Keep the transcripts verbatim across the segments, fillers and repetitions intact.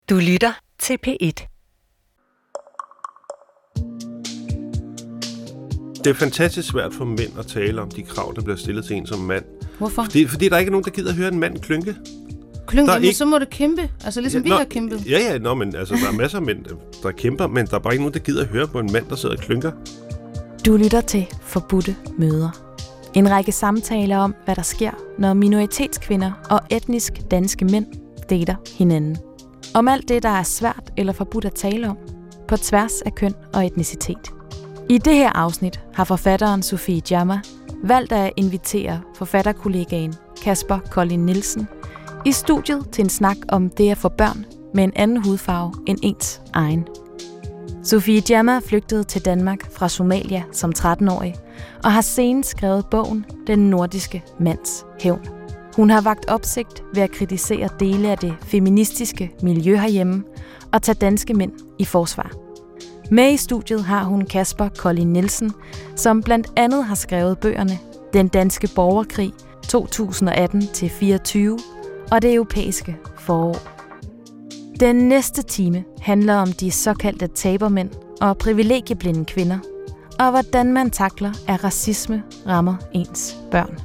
Du lytter til P et. Det er fantastisk svært for mænd at tale om de krav, der bliver stillet til en som mand. Hvorfor? Fordi, fordi der ikke er nogen, der gider at høre en mand klynke. Klynke? Men ikke... så må det kæmpe. Altså ligesom ja, vi nå, har kæmpet. Ja, ja, nå, men altså, der er masser af mænd, der kæmper, men der er bare ikke nogen, der gider at høre på en mand, der sidder og klynker. Du lytter til Forbudte Møder. En række samtaler om, hvad der sker, når minoritetskvinder og etnisk danske mænd dater hinanden. Om alt det, der er svært eller forbudt at tale om, på tværs af køn og etnicitet. I det her afsnit har forfatteren Sofie Djamma valgt at invitere forfatterkollegaen Kasper Kolding Nielsen i studiet til en snak om det at få børn med en anden hudfarve end ens egen. Sofie Djamma flygtede til Danmark fra Somalia som tretten-årig og har senest skrevet bogen Den nordiske mands hævn. Hun har vakt opsigt ved at kritisere dele af det feministiske miljø herhjemme og tage danske mænd i forsvar. Med i studiet har hun Kasper Kolding Nielsen, som blandt andet har skrevet bøgerne Den danske borgerkrig to tusind atten til fireogtyve og Det europæiske forår. Den næste time handler om de såkaldte tabermænd og privilegieblinde kvinder, og hvordan man takler, at racisme rammer ens børn.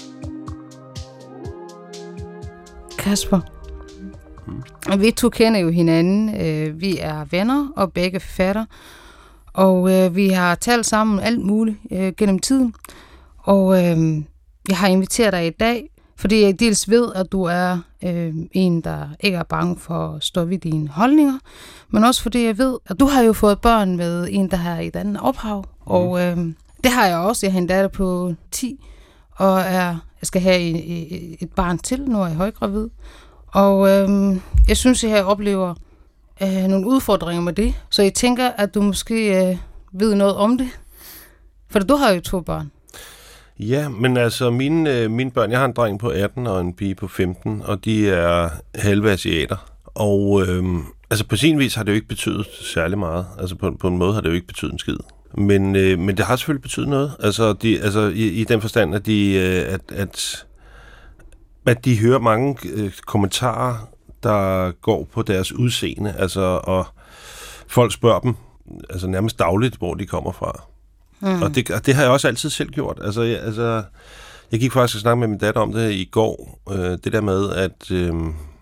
Kasper, mm. vi to kender jo hinanden. Vi er venner og begge forfatter, og vi har talt sammen alt muligt gennem tiden. Og jeg har inviteret dig i dag, fordi jeg dels ved, at du er øh, en, der ikke er bange for at stå ved dine holdninger, men også fordi jeg ved, at du har jo fået børn med en, der har et andet ophav. Mm. Og øh, det har jeg også. Jeg har en datter på ti, og er, jeg skal have et, et barn til, når jeg er højgravid. Og øh, jeg synes, jeg oplever øh, nogle udfordringer med det. Så jeg tænker, at du måske øh, ved noget om det. For du har jo to børn. Ja, men altså mine, mine børn, jeg har en dreng på atten og en pige på femten, og de er halve asiater. Og øhm, altså på sin vis har det jo ikke betydet særlig meget. Altså på, på en måde har det jo ikke betydet en skid. Men, øh, men det har selvfølgelig betydet noget. Altså, de, altså i, i den forstand, at de, øh, at, at, at de hører mange øh, kommentarer, der går på deres udseende. Altså, og folk spørger dem altså nærmest dagligt, hvor de kommer fra. Mm. Og, det, og det har jeg også altid selv gjort. Altså, jeg, altså, jeg gik faktisk og snakke med min datter om det i går. Øh, det der med, at... Øh,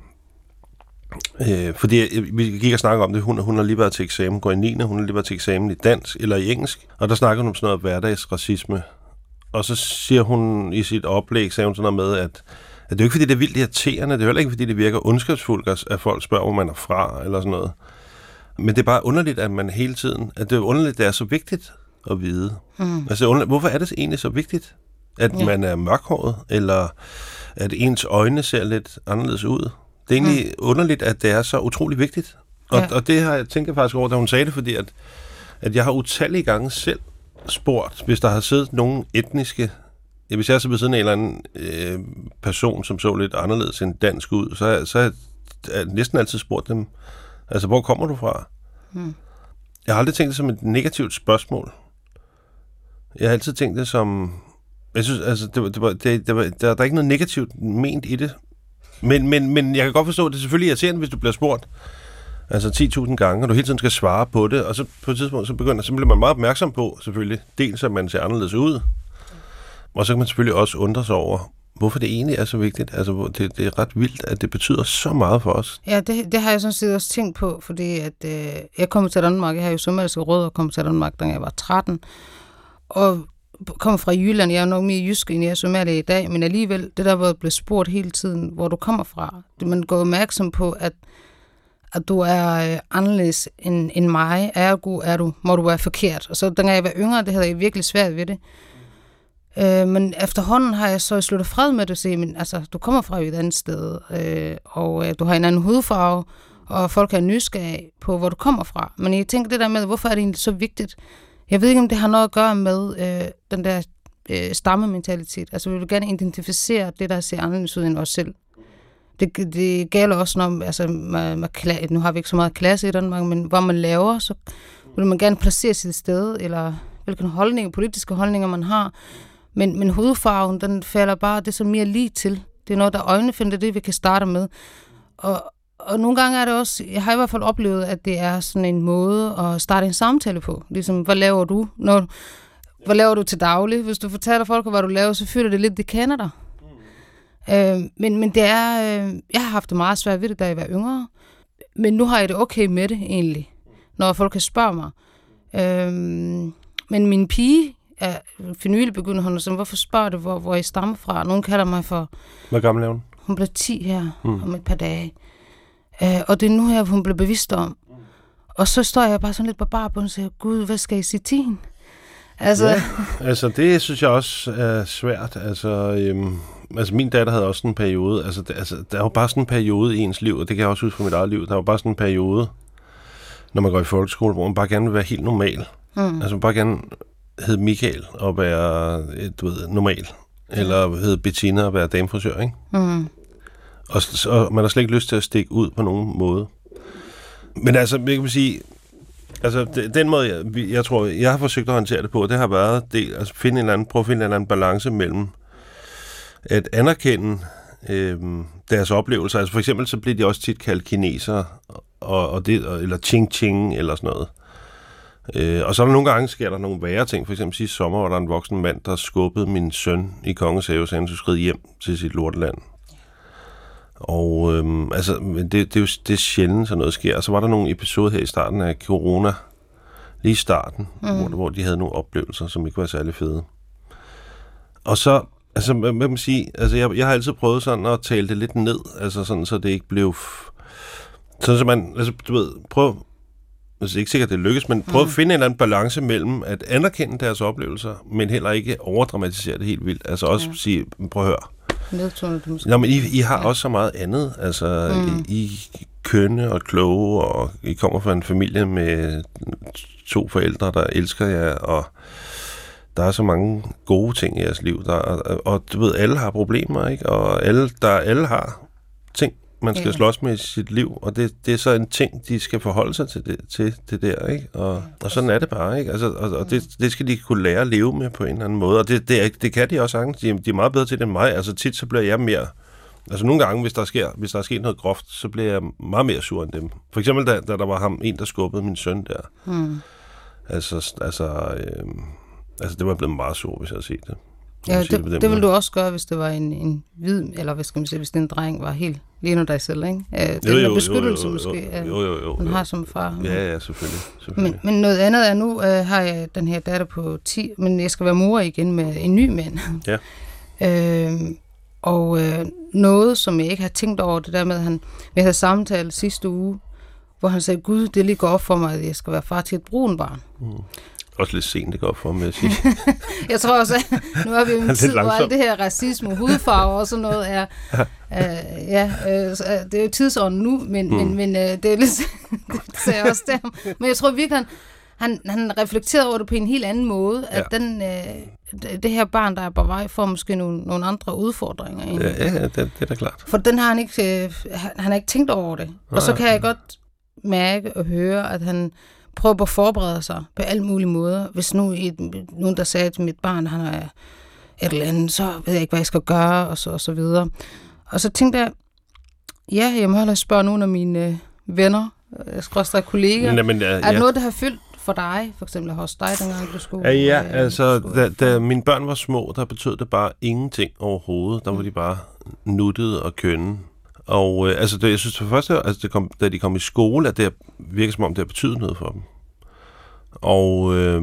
øh, fordi jeg, vi gik og snakkede om det. Hun, hun har lige været til eksamen, går i niende Hun har lige været til eksamen i dansk eller i engelsk. Og der snakker hun om sådan noget hverdagsracisme. Og så siger hun i sit oplæg, sagde hun sådan noget med, at, at det er jo ikke fordi, det er vildt irriterende. Det er heller ikke fordi, det virker ondskabsfuldt, at folk spørger, hvor man er fra, eller sådan noget. Men det er bare underligt, at man hele tiden... At det er underligt, det er så vigtigt at vide. Mm. Altså, hvorfor er det egentlig så vigtigt, at ja. man er mørkhåret, eller at ens øjne ser lidt anderledes ud? Det er egentlig mm. underligt, at det er så utrolig vigtigt. Og, ja. og det har jeg tænkt faktisk over, da hun sagde det, fordi at, at jeg har utallige gange selv spurgt, hvis der har siddet nogen etniske... Ja, hvis jeg så ved siden af en eller anden øh, person, som så lidt anderledes end dansk ud, så, så har jeg næsten altid spurgt dem, altså, hvor kommer du fra? Mm. Jeg har aldrig tænkt det som et negativt spørgsmål. Jeg har altid tænkt det som... Jeg synes, altså, det, det var, det, det var, der, der er ikke noget negativt ment i det. Men, men, men jeg kan godt forstå, at det er selvfølgelig irriterende, hvis du bliver spurgt altså ti tusind gange, og du hele tiden skal svare på det, og så på et tidspunkt, så begynder, så bliver man meget opmærksom på, selvfølgelig, dels at man ser anderledes ud, og så kan man selvfølgelig også undre sig over, hvorfor det egentlig er så vigtigt. Altså, det, det er ret vildt, at det betyder så meget for os. Ja, det, det har jeg sådan set også tænkt på, fordi at, øh, jeg kom til Danmark, jeg har jo somaliske rødder, og kom til Danmark, da jeg var tretten, og kom fra Jylland. Jeg er nok mere jysk, end jeg er somalier i dag, men alligevel, det der, hvor jeg blev spurgt hele tiden, hvor du kommer fra, det, man går opmærksom på, at, at du er øh, anderledes end, end mig, ergo er du, må du være forkert. Og så, da jeg var yngre, det havde jeg virkelig svært ved det. Øh, men efterhånden har jeg så sluttet fred med det, at sige, men altså, du kommer fra et andet sted, øh, og øh, du har en anden hudfarve, og folk er nysgerrige på, hvor du kommer fra. Men jeg tænker det der med, hvorfor er det egentlig så vigtigt? Jeg ved ikke, om det har noget at gøre med øh, den der øh, stammementalitet. Altså, vi vil gerne identificere det, der ser anderledes ud end os selv. Det, det gælder også, når altså, man, man, nu har vi ikke så meget klasse i Danmark, men hvor man laver, så vil man gerne placere sit sted, eller hvilke holdninger, politiske holdninger man har. Men, men hudfarven, den falder bare, det er så mere lige til. Det er noget, der øjne finder, det vi kan starte med. Og, og nogle gange er det også, jeg har i hvert fald oplevet, at det er sådan en måde at starte en samtale på. Ligesom, hvad laver du? Når, hvad laver du til daglig? Hvis du fortæller folk, hvad du laver, så føler det lidt, de kender dig. Mm. Øh, men, men det er, øh, jeg har haft det meget svært ved det, da jeg var yngre. Men nu har jeg det okay med det, egentlig. Når folk kan spørge mig. Øh, men min pige, er for nylig begynder hun at sige, hvorfor spørger du, hvor, hvor jeg stammer fra? Nogen kalder mig for... Hvor gammel er hun? Hun bliver ti her mm. om et par dage. Uh, og det er nu her, hun bliver bevidst om. Og så står jeg bare sådan lidt på barbund og siger, Gud, hvad skal jeg sige til hende? Altså... Ja, altså det synes jeg også er svært. Altså, øhm, altså min datter havde også sådan en periode. Altså, det, altså der er jo bare sådan en periode i ens liv, og det kan jeg også huske fra mit eget liv. Der er jo bare sådan en periode, når man går i folkeskole, hvor man bare gerne vil være helt normal. Mm. Altså man bare gerne hedde Michael og være, du ved, normal. Eller hedde Bettina og være damefrisør, ikke? Mm. Og, og man har slet ikke lyst til at stikke ud på nogen måde. Men altså, jeg kan sige, altså den måde, jeg, jeg tror, jeg har forsøgt at håndtere det på, det har været det, altså finde en eller anden, prøve at finde en eller anden balance mellem at anerkende øh, deres oplevelser. Altså for eksempel, så bliver de også tit kaldt kinesere, og, og det, eller ching-ching, eller sådan noget. Øh, og så er der nogle gange, sker der nogle værre ting. For eksempel sidste sommer var der en voksen mand, der skubbede min søn i Kongens Have, så han skulle skride hjem til sit lorteland. Og øhm, altså, det, det, er jo det er sjældent, sådan noget sker. Og så var der nogle episoder her i starten af corona, lige i starten, mm. hvor, hvor de havde nogle oplevelser, som ikke var særlig fede. Og så, altså, hvad kan man sige, altså, jeg, jeg har altid prøvet sådan at tale det lidt ned, altså sådan, så det ikke blev... Sådan, så man, altså, du ved, prøv... Det er ikke sikkert, det lykkes, men prøv mm. at finde en eller anden balance mellem at anerkende deres oplevelser, men heller ikke overdramatisere det helt vildt. Altså også ja. sige, prøv at høre. Nå, men I, I har ja. også så meget andet. Altså, mm. I, I kønne og kloge, og I kommer fra en familie med to forældre, der elsker jer, og der er så mange gode ting i jeres liv. Der, og, og du ved, alle har problemer, ikke? Og alle, der, alle har ting, man skal ja. slås med i sit liv, og det, det er så en ting, de skal forholde sig til det, til det der, ikke? Og, og sådan er det bare, ikke? Altså, og og det, det skal de kunne lære at leve med på en eller anden måde, og det, det, er, det kan de også sagtens. De, de er meget bedre til det end mig. Altså tit, så bliver jeg mere... Altså nogle gange, hvis der, sker, hvis der er sket noget groft, så bliver jeg meget mere sur end dem. For eksempel, da, da der var ham, en, der skubbede min søn der. Hmm. Altså, altså, øh, altså, det var blevet meget sur, hvis jeg havde set det. Ja, det, det, det ville du også gøre, hvis det var en, en hvid, eller hvad skal man sige, hvis den dreng var helt ligner dig selv, ikke? Øh, det er en beskyttelse, måske, jo, jo, jo, man har som far. Ja, ja, selvfølgelig. selvfølgelig. Men, men noget andet er, nu øh, har jeg den her datter på ti, men jeg skal være mor igen med en ny mand. Ja. øh, og øh, noget, som jeg ikke har tænkt over, det der med, at han, vi havde samtale sidste uge, hvor han sagde, Gud, det lige går op for mig, at jeg skal være far til et brun barn. Mm. Også lidt sent, det går op for mig at sige. Jeg tror også, at nu har vi jo en tid, hvor alt det her racisme, hudfarve og sådan noget er... øh, ja, øh, det er jo tidsånden nu, men, mm. men, men øh, det er lidt... det ser jeg også der. Men jeg tror virkelig, han, han, han reflekterede over det på en helt anden måde, at ja. den, øh, det her barn, der er på vej, får måske nogle, nogle andre udfordringer. Ja, ja det, det er da klart. For den har han ikke... Øh, han, han har ikke tænkt over det. Og så kan jeg godt mærke og høre, at han... prøve at forberede sig på alle mulige måder. Hvis nu et, nogen, der sagde til mit barn, han er et eller andet, så ved jeg ikke, hvad jeg skal gøre, og så, og så videre. Og så tænkte jeg, ja, jeg må hellere spørge nogle af mine øh, venner, skråstreg kolleger, Nej, men, ja, er det noget, der har fyldt for dig, for eksempel hos dig, dengang du skulle... Ja, ja øh, altså, da, da mine børn var små, der betød det bare ingenting overhovedet. Der var de bare nuttede og kønne. Og øh, altså, det, jeg synes for først, altså, det kom, da de kom i skole, at det virker som om, det har betydet noget for dem. Og øh,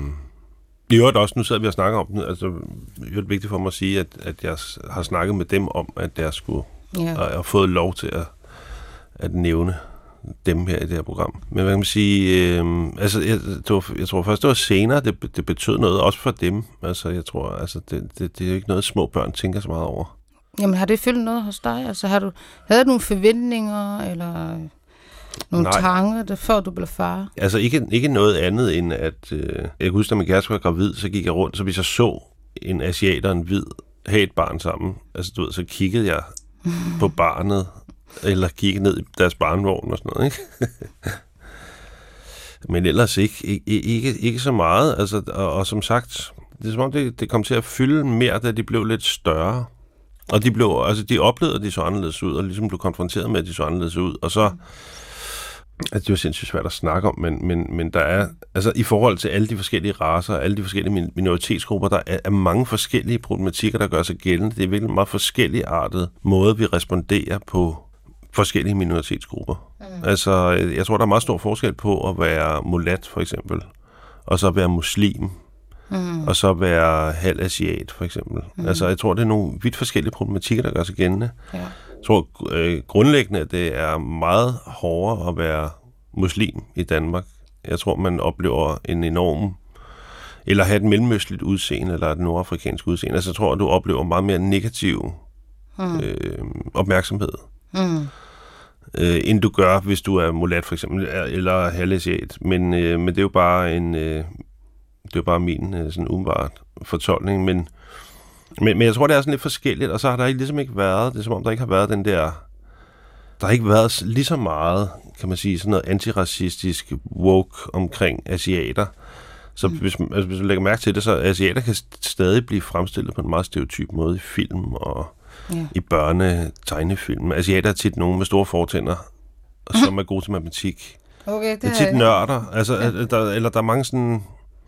i øvrigt også, nu sidder vi og snakker om den, altså, det er vigtigt for mig at sige, at, at jeg har snakket med dem om, at jeg skulle ja. have fået lov til at, at nævne dem her i det her program. Men hvad kan man sige, øh, altså, jeg, det var, jeg tror først, det var senere, det, det betød noget også for dem. Altså, jeg tror, altså, det, det, det er jo ikke noget, små børn tænker så meget over. Jamen, har det fyldt noget hos dig? Altså, har du, havde du nogle forventninger, eller nogle Nej. tanker, der, før du blev far? Altså, ikke, ikke noget andet end, at øh, jeg kan huske, at min kæreste var gravid, så gik jeg rundt, så hvis jeg så en asiat og en hvid have et barn sammen, altså, du ved, så kiggede jeg mm. på barnet, eller kiggede ned i deres barnevogn og sådan noget, ikke? Men ellers ikke, ikke, ikke, ikke så meget, altså, og, og som sagt, det er som om, det, det kom til at fylde mere, da de blev lidt større. Og de blev, altså de oplevede, at de så anderledes ud, og ligesom blev konfronteret med, at de så anderledes ud. Og så, altså det er jo sindssygt svært at snakke om, men, men, men der er, altså i forhold til alle de forskellige racer, alle de forskellige minoritetsgrupper, der er, er mange forskellige problematikker, der gør sig gældende. Det er virkelig en meget forskellige artet måde, vi responderer på forskellige minoritetsgrupper. Mm. Altså, jeg tror, der er meget stor forskel på at være mulat, for eksempel, og så være muslim, mm. og så være halv asiat, for eksempel. Mm. Altså, jeg tror, det er nogle vidt forskellige problematikker, der gør sig gældende. Ja. Jeg tror øh, grundlæggende, at det er meget hårdere at være muslim i Danmark. Jeg tror, man oplever en enorm, eller have et mellemøstligt udseende, eller et nordafrikansk udseende. Altså, jeg tror, at du oplever meget mere negativ mm. øh, opmærksomhed. Mm. Øh, end du gør, hvis du er mulat for eksempel, eller halvasiat. Men, øh, men det er jo bare en, øh, det er jo bare min øh, sådan umiddelbart fortolkning. Men, men, men jeg tror, det er sådan lidt forskelligt, og så har der ikke, ligesom ikke været, det er som om, der ikke har været den der, der har ikke været lige så meget, kan man sige, sådan noget antiracistisk woke omkring asiater. Så mm. hvis, altså, hvis du lægger mærke til det, så asiater kan stadig blive fremstillet på en meget stereotyp måde i film og ja. i børnetegnefilm. Asiater er tit nogen med store fortænder, som er gode til matematik. Okay, det, det er tit nørder. Altså, ja. der, eller der er mange sådan...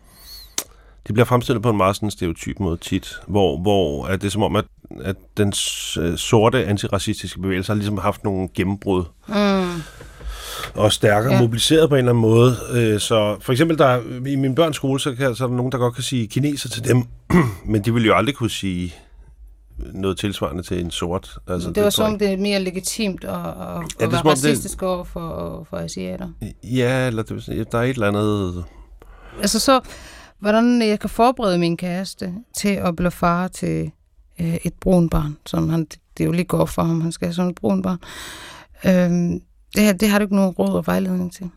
De bliver fremstillet på en meget sådan stereotyp måde tit, hvor, hvor er det som om, at, at den sorte antiracistiske bevægelse har ligesom haft nogle gennembrud. Mm. Og stærkere ja. mobiliseret på en eller anden måde. Så for eksempel, der, i min børns skole, så, kan, så er der nogen, der godt kan sige kineser til dem, men de vil jo aldrig kunne sige noget tilsvarende til en sort. Altså, det var det, som det er mere legitimt at, at, ja, at være racistisk over for, for asiater. Ja, eller det, der er et eller andet... Altså så, hvordan jeg kan forberede min kæreste til at blive far til øh, et brun barn, som han, det jo lige går for ham, han skal have sådan et brun barn. Øhm, det, her, det har du ikke nogen råd og vejledning til?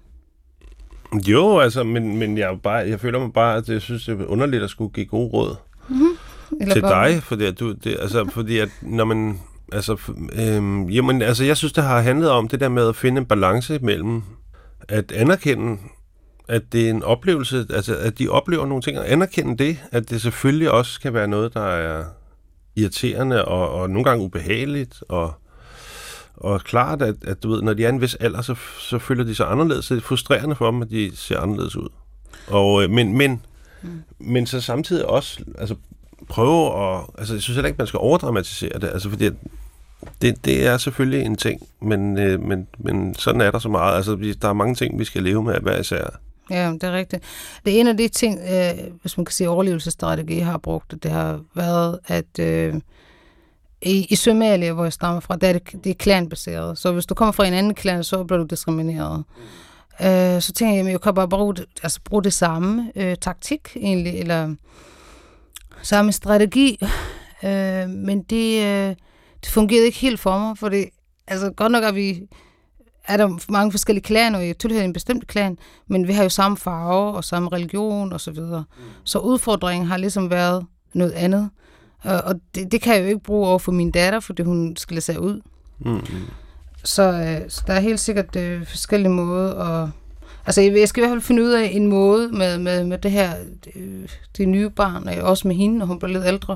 Jo, altså, men, men jeg, bare, jeg føler mig bare, at jeg synes, det er underligt at skulle give gode råd. Mm-hmm. Eller til bare... dig, fordi at du, det, altså, fordi at når man, altså, øhm, jamen, altså, jeg synes, det har handlet om det der med at finde en balance mellem at anerkende, at det er en oplevelse, altså, at de oplever nogle ting, og anerkende det, at det selvfølgelig også kan være noget, der er irriterende og, og nogle gange ubehageligt, og, og klart, at, at du ved, når de er en vis alder, så, så føler de sig anderledes, så det er frustrerende for dem, at de ser anderledes ud. Og, men, men, mm. men så samtidig også, altså, prøve at... Altså, jeg synes heller ikke, man skal overdramatisere det, altså, fordi det, det er selvfølgelig en ting, men, øh, men, men sådan er der så meget. Altså, der er mange ting, vi skal leve med hver især. Ja, det er rigtigt. Det er en af de ting, øh, hvis man kan sige, overlevelsesstrategi har brugt, det har været, at øh, i, i Somalia, hvor jeg stammer fra, der er det, det er klanbaseret. Så hvis du kommer fra en anden klan, så bliver du diskrimineret. Mm. Øh, så tænker jeg, at jeg kan bare bruge det, altså, bruge det samme øh, taktik, egentlig, eller samme strategi, øh, men det, øh, det fungerede ikke helt for mig, for det, altså godt nok er vi, er der mange forskellige klaner, og jeg tilhører en bestemt klan, men vi har jo samme farve, og samme religion, og så videre. Mm. Så udfordringen har ligesom været noget andet, og, og det, det kan jeg jo ikke bruge over for min datter, fordi hun skiller sig ud. Mm. Så, øh, så der er helt sikkert øh, forskellige måder at... Altså, jeg skal i hvert fald finde ud af en måde med, med, med det her, det, det nye barn, og også med hende, når hun bliver lidt ældre,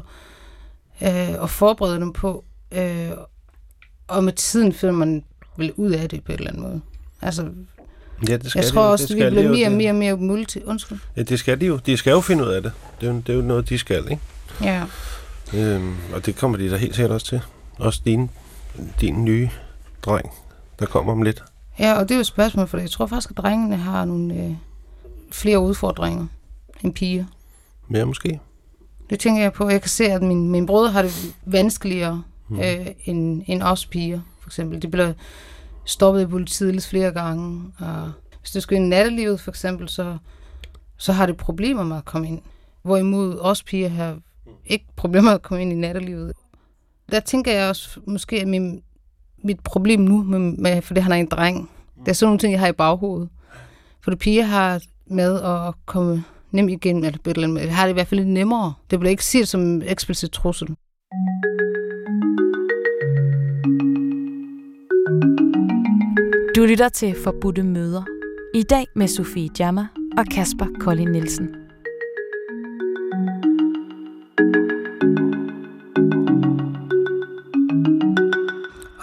øh, og forberede dem på, øh, og med tiden finder man vel ud af det på en eller anden måde. Altså, ja, det skal jeg tror de, også, det at vi bliver mere og det. mere og mere multi... Undskyld. Ja, det skal de jo. De skal jo finde ud af det. Det er jo, det er jo noget, de skal, ikke? Ja. Øhm, og det kommer de da helt sikkert også til. Også din, din nye dreng, der kommer om lidt. Ja, og det er jo et spørgsmål, for jeg tror faktisk, at drengene har nogle øh, flere udfordringer end piger. Ja, måske. Det tænker jeg på. Jeg kan se, at min, min brødre har det vanskeligere mm. øh, end, end os piger, for eksempel. De bliver stoppet i politiet lidt flere gange. Og hvis du skal ind i nattelivet, for eksempel, så, så har det problemer med at komme ind. Hvorimod os piger har ikke problemer med at komme ind i nattelivet. Der tænker jeg også måske, at min mit problem nu, med, med, fordi han er en dreng. Det er sådan nogle ting, jeg har i baghovedet. For det piger har med at komme nemt igennem, eller på et eller andet, jeg har det i hvert fald lidt nemmere. Det bliver ikke set som en eksplicit trussel. Du lytter til Forbudte Møder. I dag med Sofie Djammer og Kasper Kolding Nielsen.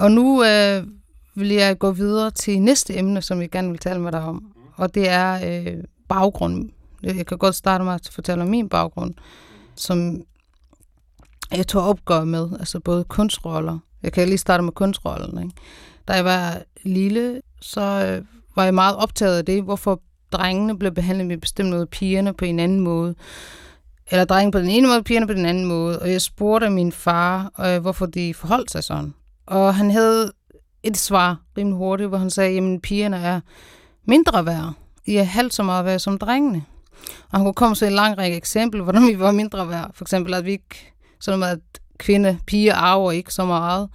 Og nu øh, vil jeg gå videre til næste emne, som jeg gerne vil tale med dig om. Og det er øh, baggrund. Jeg kan godt starte med at fortælle om min baggrund, som jeg tog opgør med, altså både kunstroller. Jeg kan lige starte med kunstrollen. Ikke? Da jeg var lille, så øh, var jeg meget optaget af det, hvorfor drengene blev behandlet med bestemt noget, pigerne på en anden måde. Eller drengene på den ene måde, pigerne på den anden måde. Og jeg spurgte min far, øh, hvorfor de forholdt sig sådan. Og han havde et svar rimelig hurtigt, hvor han sagde, jamen pigerne er mindre værd. I er halvt så meget værd som drengene. Og han kunne komme til en lang række eksempler, hvordan vi var mindre værd. For eksempel, at vi ikke, sådan med, at kvinde, piger arver ikke så meget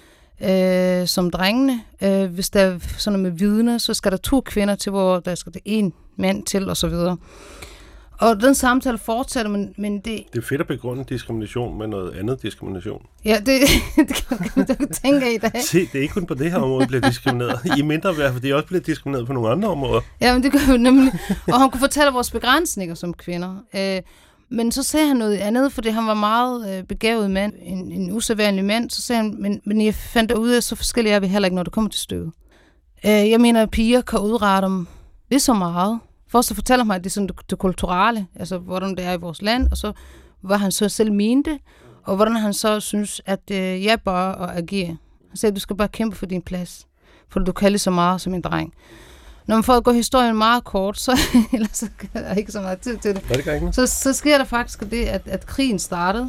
øh, som drengene. Øh, hvis der er sådan noget med vidne, så skal der to kvinder til, hvor der skal der en mand til, og så videre. Og den samtale fortsætter, men, men det... Det er fedt at begrunde diskrimination med noget andet diskrimination. Ja, det, det kan man tænke i dag. Se, det er ikke kun på det her område, bliver diskrimineret. I er mindre værd, for det er også blevet diskrimineret på nogle andre områder. Ja, men det gør vi nemlig. Og han kunne fortælle vores begrænsninger som kvinder. Øh, men så sagde han noget andet, fordi han var meget øh, begavet mand, en, en usædvanlig mand. Så sagde han, men, men jeg fandt ud af, så forskellige er vi heller ikke, når det kommer til stykket. Øh, jeg mener, at piger kan udrette dem lige så meget. Først så fortæller mig, at det er sådan det, det kulturelle, altså hvordan det er i vores land, og så hvad han så selv mente, og hvordan han så synes, at øh, jeg bare at agere. Han sagde, at du skal bare kæmpe for din plads, for du kan lige så meget som en dreng. Når man får at gå historien meget kort, så, eller så er der ikke så meget tid til det. det ikke så, så sker der faktisk det, at, at krigen startede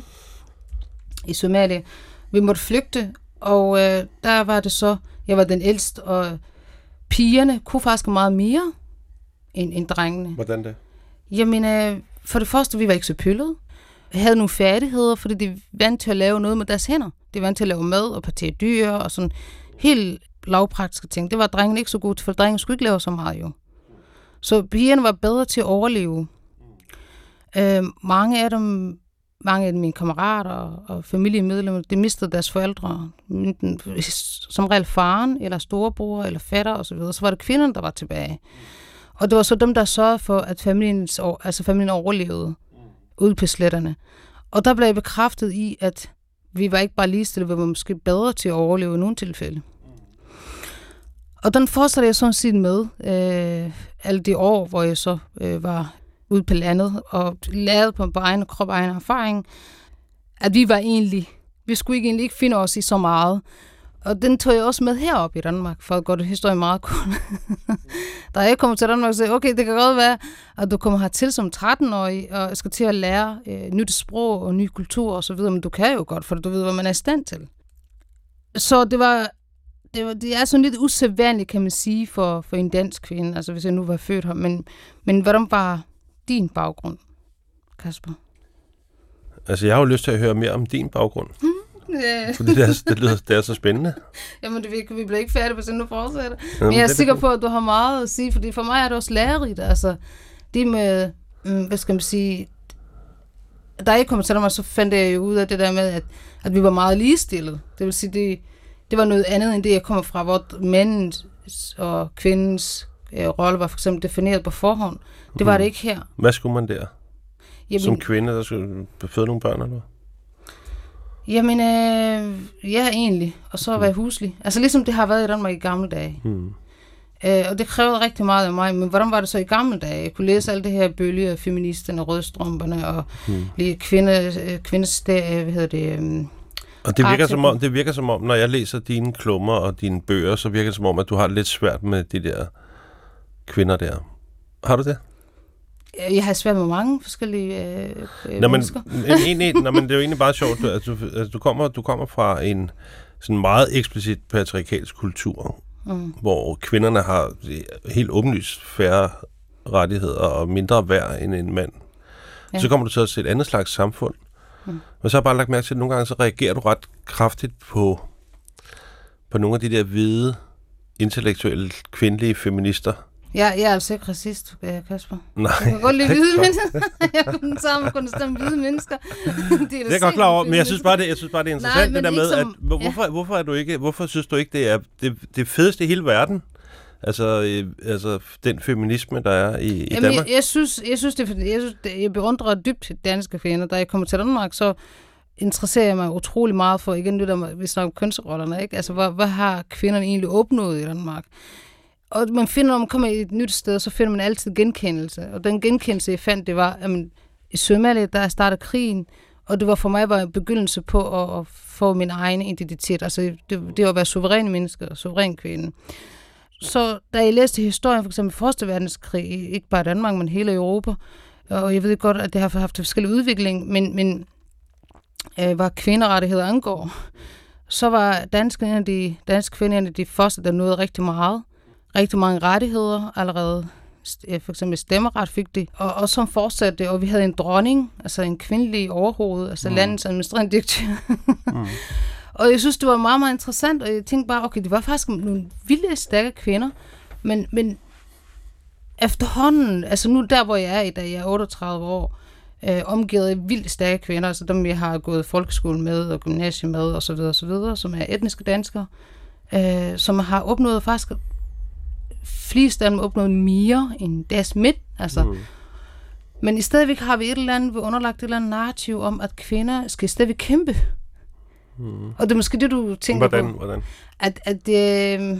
i Somalia. Vi måtte flygte, og øh, der var det så, jeg var den ældste, og pigerne kunne faktisk meget mere end, end drengene. Hvordan det? Jamen, øh, for det første, vi var ikke så pyllede. Vi havde nogle færdigheder, fordi de var vant til at lave noget med deres hænder. De var vant til at lave mad og partere dyr og sådan helt lavpraktiske ting. Det var drengene ikke så gode til, for drengene skulle ikke lave så meget jo. Så pigerne var bedre til at overleve. Øh, mange af dem, mange af mine kammerater og familiemedlemmer, de mistede deres forældre. Som regel faren, eller storebror, eller fætter osv. Så, så var det kvinderne, der var tilbage. Og det var så dem, der sørgede for, at familien, altså familien overlevede ude på sletterne. Og der blev jeg bekræftet i, at vi var ikke bare ligestillet, vi var måske bedre til at overleve i nogle tilfælde. Og den fortsatte jeg sådan set med øh, alle de år, hvor jeg så øh, var ude på landet og lavede på egen krop og egen erfaring, at vi var egentlig, vi skulle ikke egentlig ikke finde os i så meget. Og den tog jeg også med herop i Danmark, for at gøre det historie meget kort. Da jeg kom til Danmark og sagde, okay, det kan godt være, at du kommer hertil som tretten-årig, og skal til at lære øh, nyt sprog og ny kultur og så videre, men du kan jo godt, for du ved, hvad man er i stand til. Så det var, det var det er sådan lidt usædvanligt, kan man sige, for, for en dansk kvinde, altså hvis jeg nu var født her. Men, men hvordan var din baggrund, Kasper? Altså, jeg har jo lyst til at høre mere om din baggrund. Hmm. Yeah. Fordi det er, det, lyder, det er så spændende. Jamen, det, vi, vi bliver ikke færdige, hvis du fortsætter. Men jeg er sikker på, at du har meget at sige, fordi for mig er det også lærerigt. Altså, det med, hvad skal man sige, da jeg kom til mig, så fandt jeg jo ud af det der med, at, at vi var meget ligestillet. Det vil sige, det, det var noget andet end det, jeg kommer fra, hvor mændens og kvindens øh, rolle var for eksempel defineret på forhånd. Det var hmm. det ikke her. Hvad skulle man der? Jamen, som kvinde, der skulle føde nogle børn, eller? Jamen, øh, ja, egentlig. Og så var jeg huslig. Altså ligesom det har været i Danmark i gamle dage. Hmm. Øh, og det krævede rigtig meget af mig. Men hvordan var det så i gamle dage? Jeg kunne læse alt det her bølge af feministerne, rødstrømperne og hmm. lige kvinde, kvindes, hvad hedder det... Um, og det virker, som om, det virker som om, når jeg læser dine klummer og dine bøger, så virker det som om, at du har lidt svært med de der kvinder der. Har du det? Jeg har svært med mange forskellige øh, nå, mennesker. Men, en, en, nå, men det er jo egentlig bare sjovt, at du, altså, du, kommer, du kommer fra en sådan meget eksplicit patriarkalsk kultur, mm. hvor kvinderne har helt åbenlyst færre rettigheder og mindre værd end en mand. Ja. Så kommer du så til et andet slags samfund. Mm. Men så har jeg bare lagt mærke til, at nogle gange så reagerer du ret kraftigt på, på nogle af de der hvide, intellektuelle, kvindelige feminister. Ja, jeg er altså ikke racist, Kasper. Nej. Jeg kan godt lide hvide mennesker. Jeg er kun sammen kun stemme hvide mennesker. Det er, det er godt klar over, men jeg synes bare, det, jeg synes bare, det er interessant, nej, det der med, som, at hvorfor, ja. hvorfor, er du ikke, hvorfor synes du ikke, det er det, det fedeste i hele verden? Altså, øh, altså den feminisme, der er i, i Jamen, Danmark? Jeg, jeg, synes, jeg synes, det, jeg, synes det, jeg beundrer dybt danske kvinder. Da jeg kommer til Danmark, så interesserer jeg mig utrolig meget for, igen det der, vi snakker om kønsrollerne, ikke? Altså, hvad, hvad har kvinderne egentlig opnået i Danmark? Og man finder, når man kommer i et nyt sted, så finder man altid genkendelse. Og den genkendelse, jeg fandt, det var, at man, i Somalia, der startede krigen, og det var for mig var en begyndelse på at, at få min egen identitet. Altså, det, det var at være suveræn menneske og suveræn kvinde. Så da jeg læste historien, for eksempel Første Verdenskrig, ikke bare Danmark, men hele Europa, og jeg ved godt, at det har haft forskellige udvikling, men, men øh, hvad kvinderettigheder angår, så var danske, de, danske kvinder de første, der nåede rigtig meget. Rigtig mange rettigheder allerede. For eksempel stemmeret fik de. Og, og så fortsatte det, og vi havde en dronning, altså en kvindelig overhoved, altså mm. landets administrerende direktør. mm. Og jeg synes, det var meget, meget interessant, og jeg tænkte bare, okay, det var faktisk nogle vilde, stærke kvinder, men, men efterhånden, altså nu der, hvor jeg er i dag, jeg er otteogtredive år, øh, omgivet af vildt stærke kvinder, altså dem, jeg har gået folkeskole med, og gymnasie med, og så videre, og så videre, som er etniske danskere, øh, som har opnået faktisk, flest af dem opnået mere end deres midt, altså. Mm. Men i stedet har vi et eller andet, vi underlagt et eller andet narrativ om, at kvinder skal i stedet kæmpe. Mm. Og det er måske det, du tænker hvordan, på. Hvordan? At, at, øh,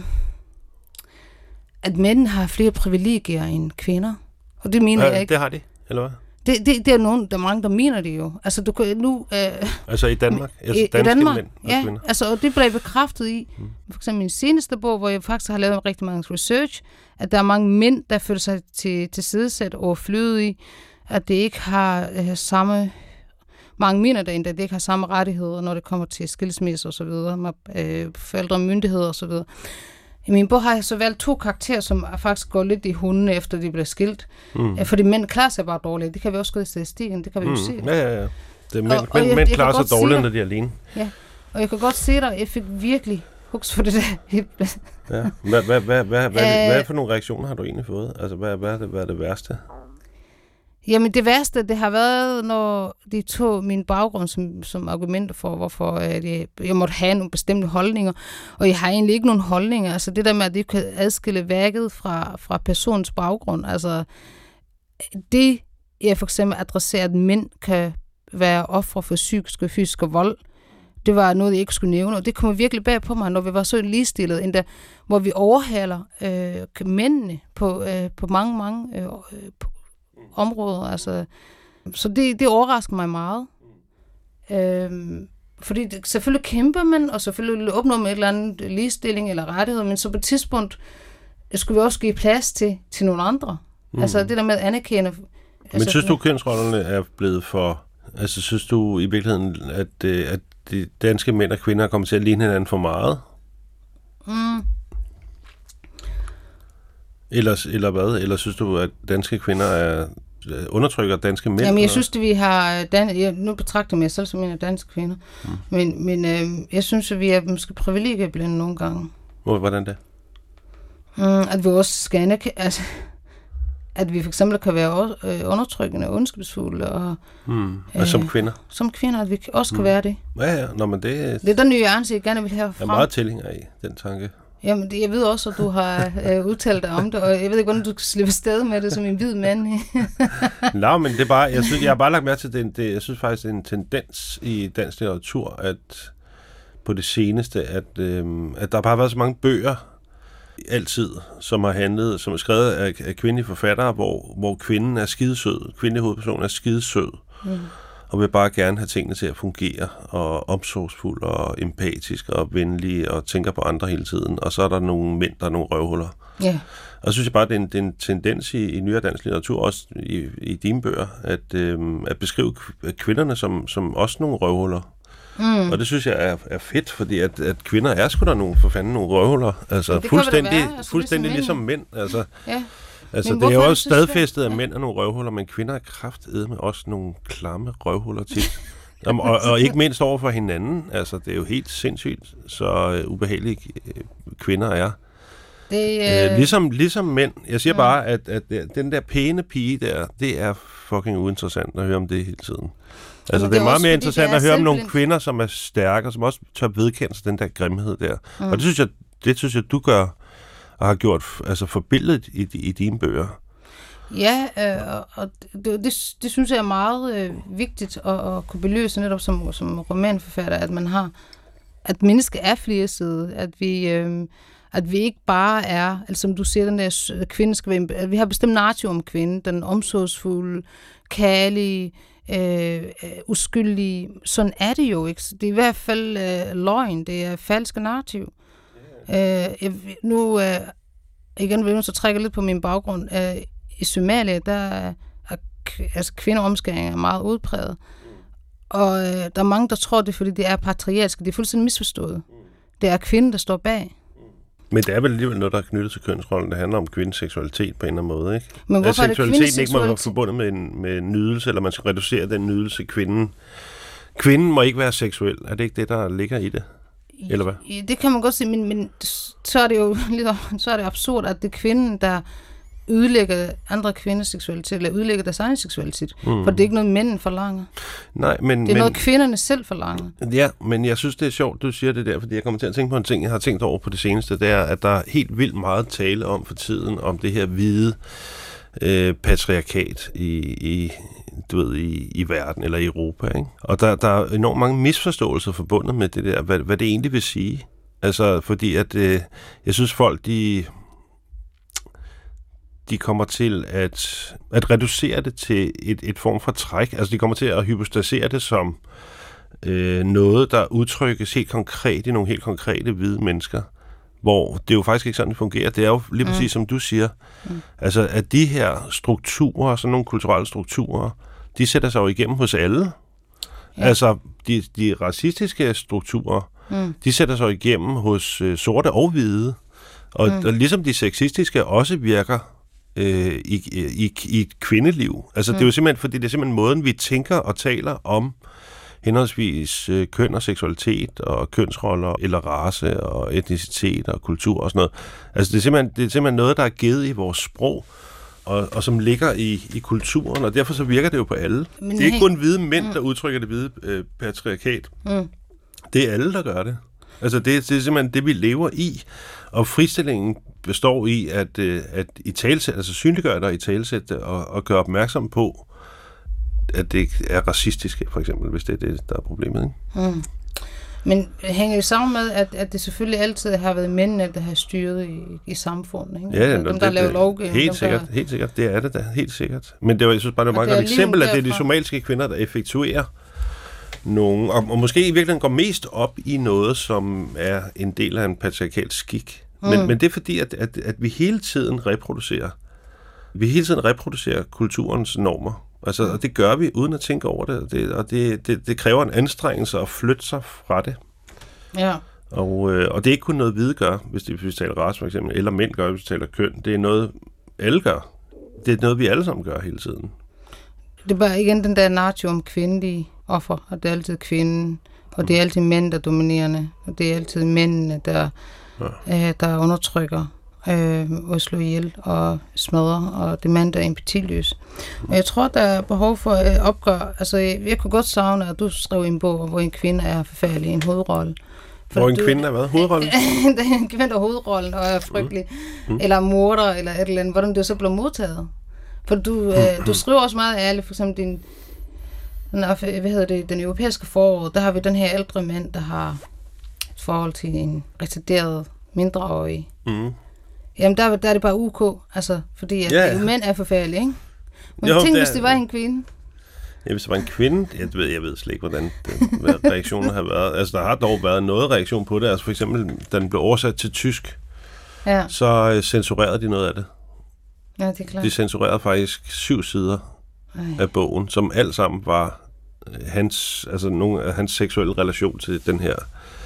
at mænd har flere privilegier end kvinder. Og det mener ja, jeg ikke. Det har de, eller hvad? Det, det, det er nogen, der er mange, der mener det jo. Altså, du kan nu... Øh, altså i Danmark? Altså i, danske i Danmark, mænd og ja, kvinder? altså, og det blev bekræftet i, mm. for eksempel min seneste bog, hvor jeg faktisk har lavet rigtig mange research, at der er mange mænd, der føler sig til, til sidesat og flydet i, at det ikke har øh, samme... Mange mener det endda, at det ikke har samme rettigheder, når det kommer til skilsmisse og så videre, med øh, forældre og myndigheder og så videre. I min bog har jeg så valgt to karakterer, som faktisk går lidt i hundene, efter de bliver skilt. Mm. Fordi mænd klarer sig bare dårligt. Det kan vi også gå i statistikken, det kan vi mm. jo se. Ja, ja, ja. Det er mænd, og, og mænd, jeg, mænd klarer sig dårligt, når de er alene. Ja, og jeg kan godt se dig, jeg fik virkelig huks for det der. ja. Hvad, hvad, hvad, hvad, hvad, hvad for nogle reaktioner har du egentlig fået? Altså, hvad, hvad, er, det, hvad er det værste? Jamen det værste, det har været, når de tog min baggrund som, som argument for, hvorfor at jeg, jeg måtte have nogle bestemte holdninger. Og jeg har egentlig ikke nogen holdninger. Altså det der med, at de kan adskille værket fra, fra personens baggrund. Altså det, jeg for eksempel adresserer, at mænd kan være ofre for psykisk og fysisk vold, det var noget, jeg ikke skulle nævne. Og det kommer virkelig bag på mig, når vi var så ligestillet, endda, hvor vi overhaler øh, mændene på, øh, på mange, mange øh, på områder. Altså. Så det, det overrasker mig meget. Øhm, fordi det, selvfølgelig kæmper man, og selvfølgelig opnår man et eller andet ligestilling eller rettighed, men så på et tidspunkt skulle vi også give plads til, til nogle andre. Mm. Altså det der med at anerkende... Men altså, synes du, at kønsrollerne er blevet for... Altså synes du i virkeligheden, at, at de danske mænd og kvinder er kommet til at ligne hinanden for meget? Mm. Eller, eller hvad? Eller synes du, at danske kvinder er undertrykker danske mænd? Jamen, jeg synes, at vi har... Dan- jeg, nu betragter mig selv som en af danske kvinder. Mm. Men, men øh, jeg synes, at vi er måske privilegieblinde nogle gange. Hvordan det? Mm, at vi også skal anerkende... Altså, at vi for eksempel kan være øh, undertrykkende og ondskabsfulde. Og, mm. og som kvinder? Øh, som kvinder, at vi også kan mm. være det. Ja, ja. Nå, men det... Det er den nuance, jeg gerne vil have frem. Jeg er meget tilhænger i den tanke. Jamen, det, jeg ved også, at du har øh, udtalt dig om det, og jeg ved ikke, hvordan du kan slippe sted med det som en hvid mand. Nå, men det er bare... Jeg, synes, jeg har bare lagt mærke til det, det. Jeg synes faktisk, det er en tendens i dansk litteratur, at på det seneste, at, øh, at der bare har været så mange bøger altid, som har handlet, som er skrevet af, af kvindelige forfattere, hvor, hvor kvinden er skidesød. Kvindelig hovedperson er skidesød. Mm. Og vil bare gerne have tingene til at fungere, og omsorgsfuld, og empatisk, og venlig, og tænker på andre hele tiden. Og så er der nogle mænd, der er nogle røvhuller. Yeah. Og så synes jeg bare, det er en, det er en tendens i, i nyere dansk litteratur, også i, i dine bøger, at, øh, at beskrive kvinderne som, som også nogle røvhuller. Mm. Og det synes jeg er, er fedt, fordi at, at kvinder er sgu da nogle, for fanden, nogle røvhuller. Altså fuldstændig, altså, fuldstændig ligesom mænd. Altså, ja. altså det er jo også stadfæstet af mænd og nogle røvhuller, men kvinder er kraftedme også nogle klamme røvhuller tit. og, og ikke mindst over for hinanden. Altså det er jo helt sindssygt, så uh, ubehagelige kvinder er. Det, øh... uh, ligesom, ligesom mænd. Jeg siger mm. bare, at, at den der pæne pige der, det er fucking uinteressant at høre om det hele tiden. Altså, det er, det er meget mere interessant at høre om nogle kvinder, som er stærke, og som også tør vedkende sig den der grimhed der. Mm. Og det synes jeg, det synes jeg, du gør, og har gjort altså forbilledet i, i dine bøger. Ja, øh, og det, det, det synes jeg er meget øh, vigtigt at, at kunne beløse netop som, som romanforfatter, at man har, at mennesket er flersidet, at vi, øh, at vi ikke bare er, altså som du siger, den der kvinde skal være, at vi har bestemt narrativ om kvinden, den omsorgsfulde, kærlige, øh, uskyldige. Sådan er det jo ikke. Det er i hvert fald øh, løgn, det er falske narrativ. Yeah. Øh, jeg, nu, øh, igen vil jeg nu så trække lidt på min baggrund. Øh, I Somalia, der er, er altså kvindeomskæring er meget udpræget. Og øh, der er mange, der tror, det er, fordi det er patriarkisk. Det er fuldstændig misforstået. Det er kvinden, der står bag. Men det er vel alligevel noget, der er knyttet til kønsrollen. Det handler om kvindens seksualitet på en eller anden måde, ikke? Men hvorfor er det seksualiteten ikke må være forbundet med en, med en nydelse, eller man skal reducere den nydelse kvinden. Kvinden må ikke være seksuel. Er det ikke det, der ligger i det? Eller hvad? Ja, det kan man godt sige, men, men så er det jo så er det absurd, at det er kvinden, der ødelægger andre kvinders seksualitet, eller ødelægger deres egen seksualitet. Mm. For det er ikke noget, mænden forlanger. Nej, men... Det er men, noget, kvinderne selv forlanger. Ja, men jeg synes, det er sjovt, du siger det der, fordi jeg kommer til at tænke på en ting, jeg har tænkt over på det seneste, det er, at der er helt vildt meget tale om for tiden, om det her hvide øh, patriarkat i, i, du ved, i, i verden, eller i Europa, ikke? Og der, der er enormt mange misforståelser forbundet med det der, hvad, hvad det egentlig vil sige. Altså, fordi at øh, jeg synes, folk, de... de kommer til at, at reducere det til et, et form for træk. Altså, de kommer til at hypostasere det som øh, noget, der udtrykkes helt konkret i nogle helt konkrete hvide mennesker, hvor det jo faktisk ikke sådan, det fungerer. Det er jo lige præcis, mm. som du siger. Mm. Altså, at de her strukturer, sådan nogle kulturelle strukturer, de sætter sig jo igennem hos alle. Ja. Altså, de, de racistiske strukturer, mm. de sætter sig igennem hos øh, sorte og hvide. Og, mm. og ligesom de sexistiske også virker øh, i, i, i et kvindeliv. Altså, mm. det er jo simpelthen, fordi det er simpelthen måden, vi tænker og taler om henholdsvis øh, køn og seksualitet og kønsroller, eller race og etnicitet og kultur og sådan noget. Altså, det er simpelthen, det er simpelthen noget, der er givet i vores sprog, og, og som ligger i, i kulturen, og derfor så virker det jo på alle. Men det er ikke kun hvide mænd, mm. der udtrykker det hvide øh, patriarkat. Mm. Det er alle, der gør det. Altså, det, det er simpelthen det, vi lever i, og fristillingen består i at, øh, at i talsæt, altså synliggøre det og i talsæt og, og gøre opmærksom på, at det er racistiske, for eksempel, hvis det er det, der er problemet, ikke? Mm. Men hænger det sammen med, at, at det selvfølgelig altid har været mændene, der har styret i, i samfundet, ikke? Ja, dem, det, der laver lovgivning. Helt dem, sikkert, der... helt sikkert. Det er det da, helt sikkert. Men det var, jeg synes bare, det var meget godt eksempel, at det er de somaliske kvinder, der effektuerer nogen, og, og måske i virkeligheden går mest op i noget, som er en del af en patriarkalsk skik. Mm. Men, men det er fordi, at, at, at vi hele tiden reproducerer, vi hele tiden reproducerer kulturens normer. Altså, og det gør vi uden at tænke over det, det og det, det, det kræver en anstrengelse at flytte sig fra det. Ja. Og, øh, og det er ikke kun noget hvide gør, hvis, det, hvis vi taler race for eksempel, eller mænd gør, hvis vi taler køn. Det er noget, alle gør. Det er noget, vi alle sammen gør hele tiden. Det er bare igen den der narrativ om kvindelige offer, og det er altid kvinden, og det er altid mænd, der er dominerende, og det er altid mændene, der, ja. øh, der undertrykker øh, og slår ihjel og smadrer, og det er mand, der er empatiløs. Og jeg tror, der er behov for at øh, opgøre, altså jeg, jeg kunne godt savne, at du skrev en bog, hvor en kvinde er forfærdelig, en hovedrolle. For hvor en du, kvinde er hvad? Hovedrollen? en kvinde er hovedrollen, og er frygtelig. Mm. Mm. Eller morder, eller et eller andet. Hvordan det så blev modtaget. For du, øh, du skriver også meget ærligt, for eksempel din, den, hvad hedder det, den europæiske forår, der har vi den her ældre mand, der har et forhold til en retarderet mindreårig. Mm. Jamen, der, der er det bare U K, altså, fordi at ja, ja. mænd er forfærdelige, ikke? Men jo, tænk, hvis det var en kvinde. Ja, hvis det var en kvinde, jeg ved, jeg ved slet ikke, hvordan den, hvad reaktionen har været. Altså, der har dog været noget reaktion på det. Altså, for eksempel, da den blev oversat til tysk, ja. så øh, censurerede de noget af det. Ja, det er klart. De censurerede faktisk syv sider Ej. af bogen, som alt sammen var hans, altså nogle af hans seksuelle relation til den her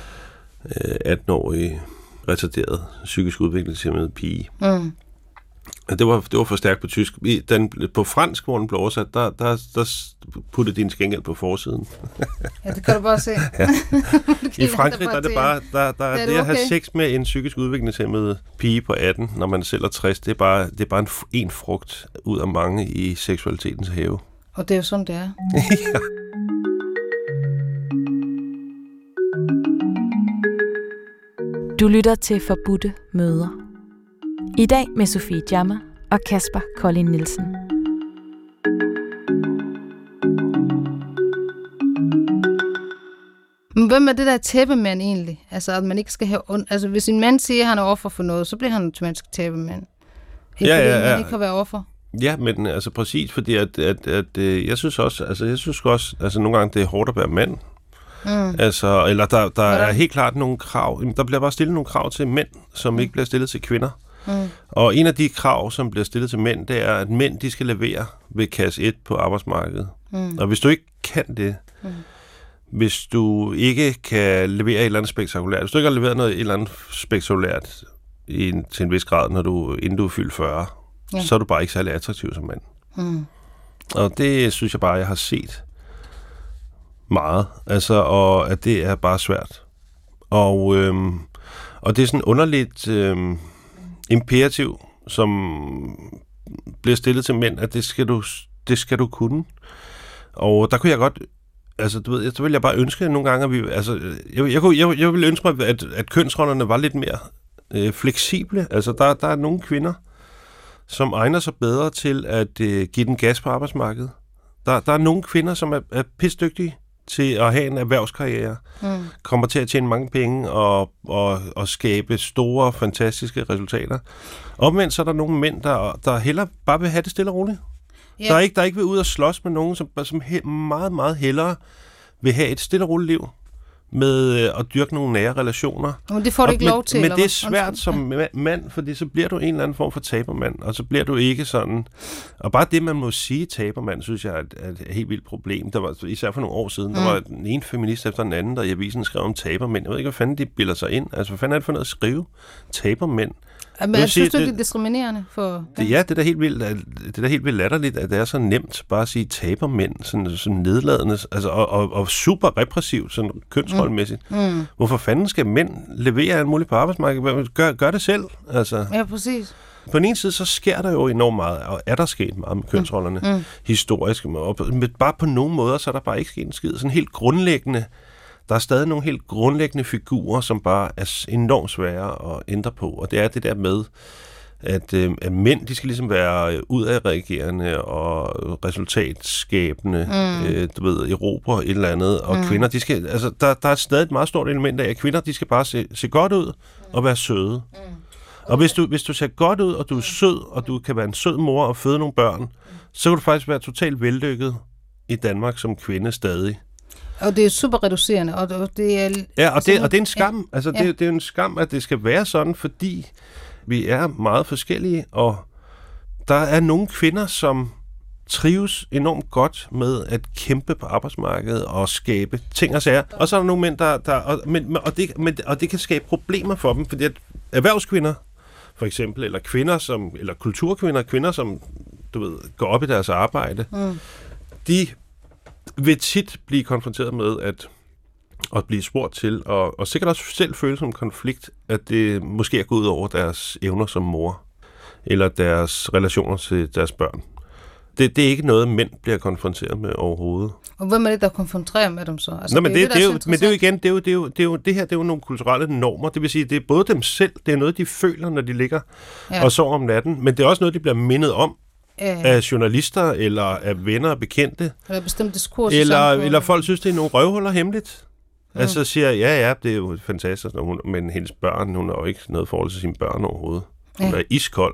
øh, atten-årige retarderet psykisk udviklingshæmmede pige. Mm. Det var, det var for stærkt på tysk. Den, på fransk, hvor den blev oversat, der, der, der puttede din skængel på forsiden. Ja, det kan du bare se. Ja. I Frankrig der er det bare, der, der er det, det at have okay. sex med en psykisk udviklingshæmmet pige på atten, når man selv er tres, det er bare, det er bare en, en frugt ud af mange i seksualitetens have. Og det er jo sådan, det er. Ja. Du lytter til Forbudte Møder. I dag med Sofie Djammer, og Kasper Kolding Nielsen. Men hvem er det der tæppemand egentlig? Altså, at man ikke skal have ondt. Altså, hvis en mand siger, at han er offer for noget, så bliver han automatisk tæppemand. Ikke ja, ja, ja. Man ikke kan være offer. Ja, men altså præcis, fordi at, at, at, at jeg synes også, altså jeg synes også, altså nogle gange det er hårdt at være mand. Mm. Altså, eller der, der er helt klart nogle krav. Der bliver bare stillet nogle krav til mænd, som mm. ikke bliver stillet til kvinder. Mm. Og en af de krav, som bliver stillet til mænd, det er, at mænd, de skal levere ved kasse et på arbejdsmarkedet. Mm. Og hvis du ikke kan det, mm. hvis du ikke kan levere et eller andet spektakulært, hvis du ikke har leveret noget et eller andet spektakulært i en, til en vis grad, når du, inden du er fyldt fyrre, ja. Så er du bare ikke særlig attraktiv som mand. Mm. Og det synes jeg bare, jeg har set meget. Altså, og at det er bare svært. Og, øhm, og det er sådan underligt øhm, imperativ, som bliver stillet til mænd, at det skal du, det skal du kunne. Og der kunne jeg godt, altså du ved, så vil jeg bare ønske nogle gange, at vi, altså, jeg, jeg, kunne, jeg, jeg vil ønske mig, at, at kønsrollerne var lidt mere øh, fleksible. Altså, der, der er nogle kvinder, som egner sig bedre til at øh, give den gas på arbejdsmarkedet. Der, der er nogle kvinder, som er, er pisdygtige til at have en erhvervskarriere, mm. kommer til at tjene mange penge og, og, og skabe store, fantastiske resultater. Omvendt så er der nogle mænd, der, der heller bare vil have det stille og roligt. Yeah. Der er ikke, der ikke vil ud og slås med nogen, som, som he, meget, meget hellere vil have et stille og roligt liv med at dyrke nogle nære relationer. Men det får du ikke men, lov til. Men det er svært som mand, fordi så bliver du en eller anden form for tabermand, og så bliver du ikke sådan. Og bare det, man må sige tabermand, synes jeg er et, et helt vildt problem. Der var især for nogle år siden, mm. der var den ene feminist efter den anden, der i avisen skrev om tabermænd. Jeg ved ikke, hvad fanden de bilder sig ind. Altså, hvad fanden er det for noget at skrive? Tabermænd. Men jeg synes, det er diskriminerende for... Det, ja, det er da helt vildt, det er da helt vildt latterligt, at det er så nemt bare at sige tabermænd, sådan, sådan nedladende, altså, og, og, og super repressivt, sådan kønsrollmæssigt. Mm. Mm. Hvorfor fanden skal mænd levere alt muligt på arbejdsmarkedet? Gør, gør det selv, altså. Ja, præcis. På den ene side, så sker der jo enormt meget, og er der sket meget med kønsrollerne, mm. Mm. historisk, og bare på nogle måder, så er der bare ikke sket en skid. Sådan helt grundlæggende, der er stadig nogle helt grundlæggende figurer, som bare er enormt svære at ændre på, og det er det der med, at, øh, at mænd, de skal ligesom være udadreagerende og resultatskabende, mm. øh, du ved, erobre et eller andet, og mm. kvinder, de skal, altså, der, der er stadig et meget stort element af, at kvinder, de skal bare se, se godt ud og være søde. Mm. Okay. Og hvis du, hvis du ser godt ud, og du er sød, og du kan være en sød mor og føde nogle børn, så kan du faktisk være totalt vellykket i Danmark som kvinde stadig. Og det er super reducerende, og det er... Ja, og det, og det er en skam. Ja. Altså, det, ja. det er en skam, at det skal være sådan, fordi vi er meget forskellige, og der er nogle kvinder, som trives enormt godt med at kæmpe på arbejdsmarkedet og skabe ting og sager. Og så er der nogle mænd, der... der og, men, og, det, men, og det kan skabe problemer for dem, fordi at erhvervskvinder, for eksempel, eller kvinder, som, eller kulturkvinder, kvinder, som du ved, går op i deres arbejde, mm. de vil tit blive konfronteret med at, at blive spurgt til, og, og sikkert også selv føle som en konflikt, at det måske er gået ud over deres evner som mor, eller deres relationer til deres børn. Det, det er ikke noget, mænd bliver konfronteret med overhovedet. Og hvem er det, der konfronterer med dem så? Altså, Nå, men det, det, det, er jo, men det er jo igen, det er jo, det er jo, det er jo, det her, det er jo nogle kulturelle normer. Det vil sige, det er både dem selv, det er noget, de føler, når de ligger ja. og sover om natten, men det er også noget, de bliver mindet om ja. af journalister, eller af venner og bekendte. Eller bestemt diskurs. Eller, eller folk synes, det er nogle røvhuller hemmeligt. Mm. Altså siger, ja, ja, det er jo fantastisk, hun, men hendes børn, hun har jo ikke noget forhold til sine børn overhovedet. Hun ja. er iskold.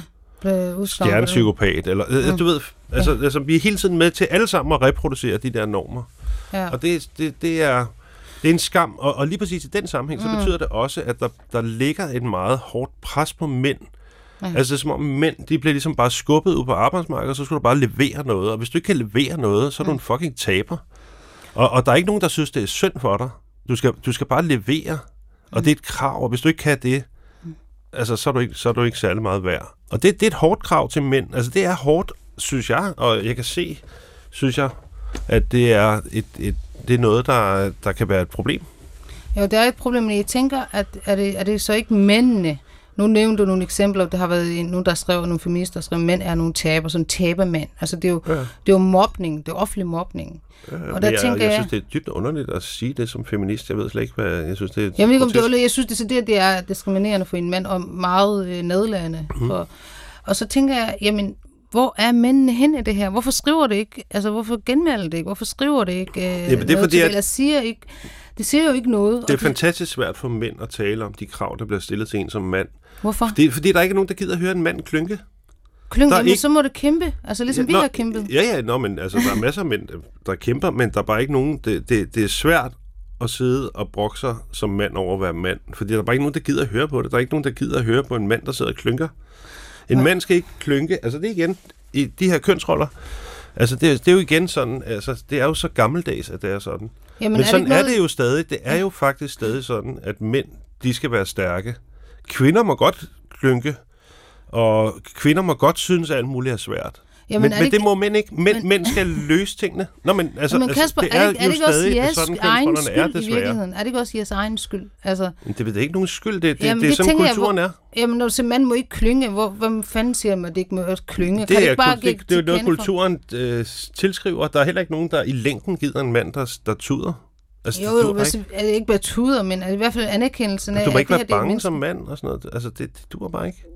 Stjernepsykopat, eller mm. du ved, altså, ja. altså vi er hele tiden med til alle sammen at reproducere de der normer. Ja. Og det, det, det, er, det er en skam, og, og lige præcis i den sammenhæng, mm. så betyder det også, at der, der ligger et meget hårdt pres på mænd. Ja. Altså det er som om mænd, de bliver ligesom bare skubbet ud på arbejdsmarkedet, og så skal du bare levere noget, og hvis du ikke kan levere noget, så er du mm. en fucking taber. Og, og der er ikke nogen, der synes, det er synd for dig. Du skal, du skal bare levere, og mm. det er et krav, og hvis du ikke kan det, altså, så er du ikke, så er du ikke særlig meget værd. Og det, det er et hårdt krav til mænd. Altså, det er hårdt, synes jeg, og jeg kan se, synes jeg, at det er, et, et, det er noget, der, der kan være et problem. Jo, det er et problem, men jeg tænker, at er det, er det så ikke mændene? Nu nævnte du nogle eksempler, der har været nogen, der skrev, nogle feminister, der skrev, at mænd er nogle taber, sådan tabermænd. Altså, det er jo, ja. det er jo mobning, det er offentlig mobning. Ja, og der jeg, tænker jeg, jeg synes, det er dybt underligt at sige det som feminist. Jeg ved slet ikke, hvad jeg synes, det er... Jeg ved ikke, om det er, jeg synes, det, det er diskriminerende for en mand, og meget øh, nedladende. Mm. For, Og så tænker jeg, jamen, hvor er mændene hen i det her? Hvorfor skriver det ikke? Altså, hvorfor genmelder det ikke? Hvorfor skriver det ikke øh, ja, det er noget fordi, til at... eller siger ikke? Det siger jo ikke noget. Det er fantastisk svært for mænd at tale om de krav, der bliver stillet til en som mand. Hvorfor? Fordi, fordi der ikke er nogen, der gider at høre en mand klynke. Klynke, jamen, ikke... så må det kæmpe. Altså, ligesom ja, vi nå, har kæmpet. Ja, ja, nå, men altså, der er masser af mænd, der kæmper, men der er bare ikke nogen... Det, det, det er svært at sidde og brokke sig som mand over at være mand. Fordi der er bare ikke nogen, der gider at høre på det. Der er ikke nogen, der gider at høre på en mand, der sidder og klynker. En ja. mand skal ikke klynke. Altså, det er igen... I de her kønsroller, altså det, det er jo igen sådan, altså det er jo så gammeldags, at det er sådan. Jamen, Men er sådan det noget... er det jo stadig. Det er jo faktisk stadig sådan, at mænd, de skal være stærke. Kvinder må godt klynke, og kvinder må godt synes, at alt muligt er svært. Jamen, men, er det, men det må mænd ikke. Mænd, men... mænd skal løse tingene. Nå, men altså, men Kasper, altså det er, er det, er det jo stadig, at sådan kønsrollerne er, desværre. I virkeligheden? Er det ikke også jeres egen skyld? Altså... Men det ved ikke nogen skyld. Det, det, jamen, det er sådan, kulturen jeg, hvor... er. Jamen, når du siger, man må ikke klynge, hvor, hvor fanden siger man, at det ikke må også klynge? Det, kan er, det, ikke bare det, det, det er jo noget, kulturen øh, tilskriver. Der er heller ikke nogen, der i længden gider en mand, der, der tuder. Altså, jo, jo, hvis ikke. Er det ikke bare tuder, men er det i hvert fald anerkendelsen af... Du må ikke være være bange som mand og sådan noget. Altså, det, det duer bare ikke.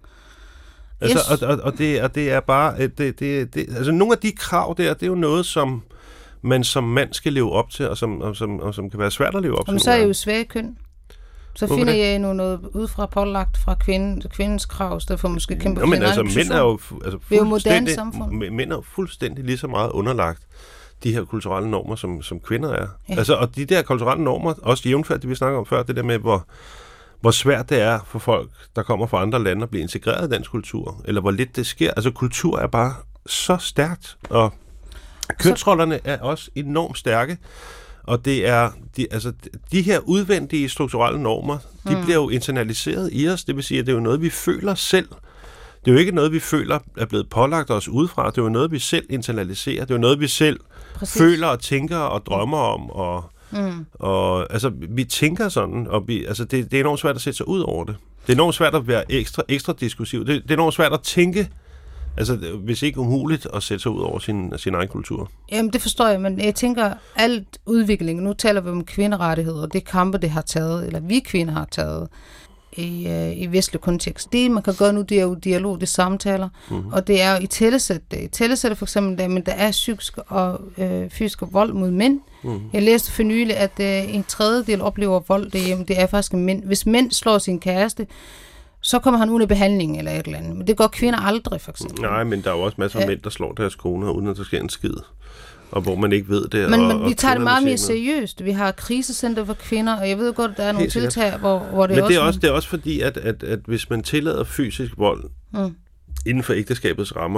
Altså, yes. og, og, og, det, og det er bare, det, det, det, altså nogle af de krav der, det er jo noget, som man som mand skal leve op til, og som, og som, og som kan være svært at leve op til. Men så er jeg jo svage køn. Så Hvorfor finder det? jeg nu noget udefra pålagt fra kvinden, kvindens krav, så derfor måske kæmpe for sin altså, mænd er jo, altså, vi er jo moderne samfund. Mænd er jo fuldstændig lige så meget underlagt de her kulturelle normer, som, som kvinder er. Ja. Altså, og de der kulturelle normer, også jævnfærdigt, det vi snakker om før, det der med, hvor hvor svært det er for folk, der kommer fra andre lande, at blive integreret i dansk kultur, eller hvor lidt det sker. Altså, kultur er bare så stærkt, og kønsrollerne er også enormt stærke, og det er, de, altså, de her udvendige strukturelle normer, de mm. bliver jo internaliseret i os, det vil sige, at det er jo noget, vi føler selv. Det er jo ikke noget, vi føler er blevet pålagt os udefra, det er jo noget, vi selv internaliserer, det er jo noget, vi selv Præcis. føler og tænker og drømmer om, og Mm. og altså, vi tænker sådan, og vi, altså, det, det er enormt svært at sætte sig ud over det. Det er enormt svært at være ekstra, ekstra diskursiv. Det, det er enormt svært at tænke, altså, hvis ikke umuligt, at sætte sig ud over sin, sin egen kultur. Jamen, det forstår jeg, men jeg tænker, alt udvikling, nu taler vi om kvinderettigheder, det kampe, det har taget, eller vi kvinder har taget, i, øh, i vestlig kontekst. Det, man kan gøre nu, det er jo dialog, det er samtaler, mm-hmm. og det er jo i tællesæt. I tællesæt for eksempel, der, men der er psykisk og øh, fysisk vold mod mænd. Mm-hmm. Jeg læste for nylig, at øh, en tredjedel oplever vold derhjemme. Det er faktisk mænd. Hvis mænd slår sin kæreste, så kommer han ud i behandling eller et eller andet. Men det gør kvinder aldrig, for eksempel. Nej, men der er jo også masser af ja. mænd, der slår deres koner, uden at der sker en skid. Og hvor man ikke ved det. Men, og, men vi tager det meget mere seriøst. Vi har krisecenter for kvinder, og jeg ved godt, at der er nogle tiltag, hvor, hvor det men også... Men det er også, det er også fordi, at, at, at hvis man tillader fysisk vold mm. inden for ægteskabets rammer,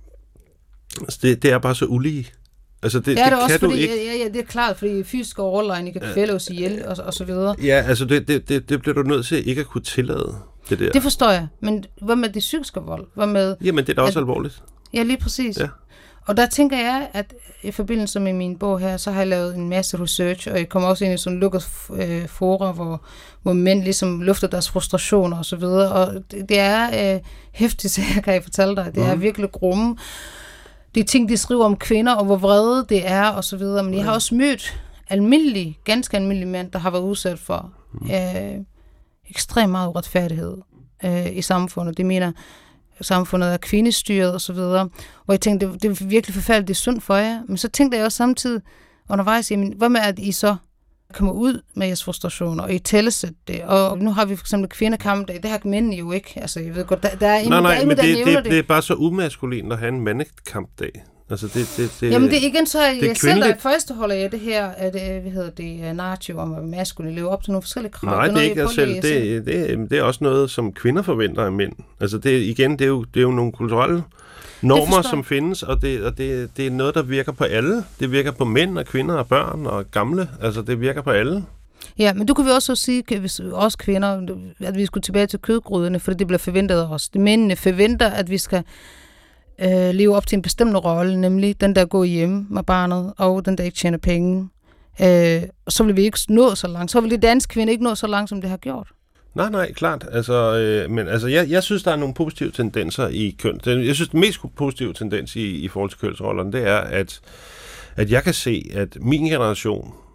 altså det, det er bare så ulige. Altså det, det er det, det også, kan fordi, du ikke... Ja, ja, det er klart, fordi fysisk overlegning kan kvæle os ihjel, og, og så videre. Ja, altså det, det, det, det bliver du nødt til ikke at kunne tillade, det der. Det forstår jeg, men hvad med det psykiske vold? Hvad med... Jamen, det er da også at, alvorligt. Ja, lige præcis. Ja. Og der tænker jeg, at i forbindelse med min bog her, så har jeg lavet en masse research, og jeg kommer også ind i sådan en lukket øh, fora, hvor, hvor mænd ligesom lufter deres frustrationer og så videre. Og det, det er øh, hæftigt, så jeg kan jeg fortælle dig. Det er mm. virkelig grumme. De ting, de skriver om kvinder, og hvor vrede det er, og så videre. Men jeg har også mødt almindelige, ganske almindelige mænd, der har været udsat for øh, ekstremt meget uretfærdighed øh, i samfundet. Det mener samfundet er kvindestyret og så videre, hvor jeg tænkte, det, det er virkelig forfærdeligt, det er sundt for jer. Men så tænkte jeg også samtidig undervejs, jamen, hvad med, at I så kommer ud med jeres frustrationer, og I tællesæt det, og nu har vi for eksempel kvindekamp, det har mændene jo ikke. Altså, jeg ved godt, der, der er ingen, nej, nej, der, er ingen, men der det, nævner det. det. Det er bare så umaskulint at have en mandekampdag. Altså, det, det, det, jamen, det er igen så, jeg det selv, der første holder jeg det her, at, hvad hedder det, narrativ om, at maskulin lever op til nogle forskellige krav. Nej, det er ikke jeg selv. Det, det, det, det er også noget, som kvinder forventer af mænd. Altså, det, igen, det er jo, det er jo nogle kulturelle normer, som findes, og, det, og det, det er noget, der virker på alle. Det virker på mænd og kvinder og børn og gamle. Altså, det virker på alle. Ja, men du kan vi også sige, hvis også kvinder, at vi skulle tilbage til kødgryderne, for det bliver forventet af os. De mændene forventer, at vi skal øh, leve op til en bestemt rolle, nemlig den, der går hjemme med barnet, og den, der ikke tjener penge. Øh, og så vil vi ikke nå så langt. Så vil de danske kvinder ikke nå så langt, som det har gjort. Nej, nej, klart. Altså, øh, men altså, jeg, jeg synes, der er nogle positive tendenser i køn. Jeg synes, den mest positive tendens i, i forhold til kønsrollerne, det er, at, at jeg kan se, at min generation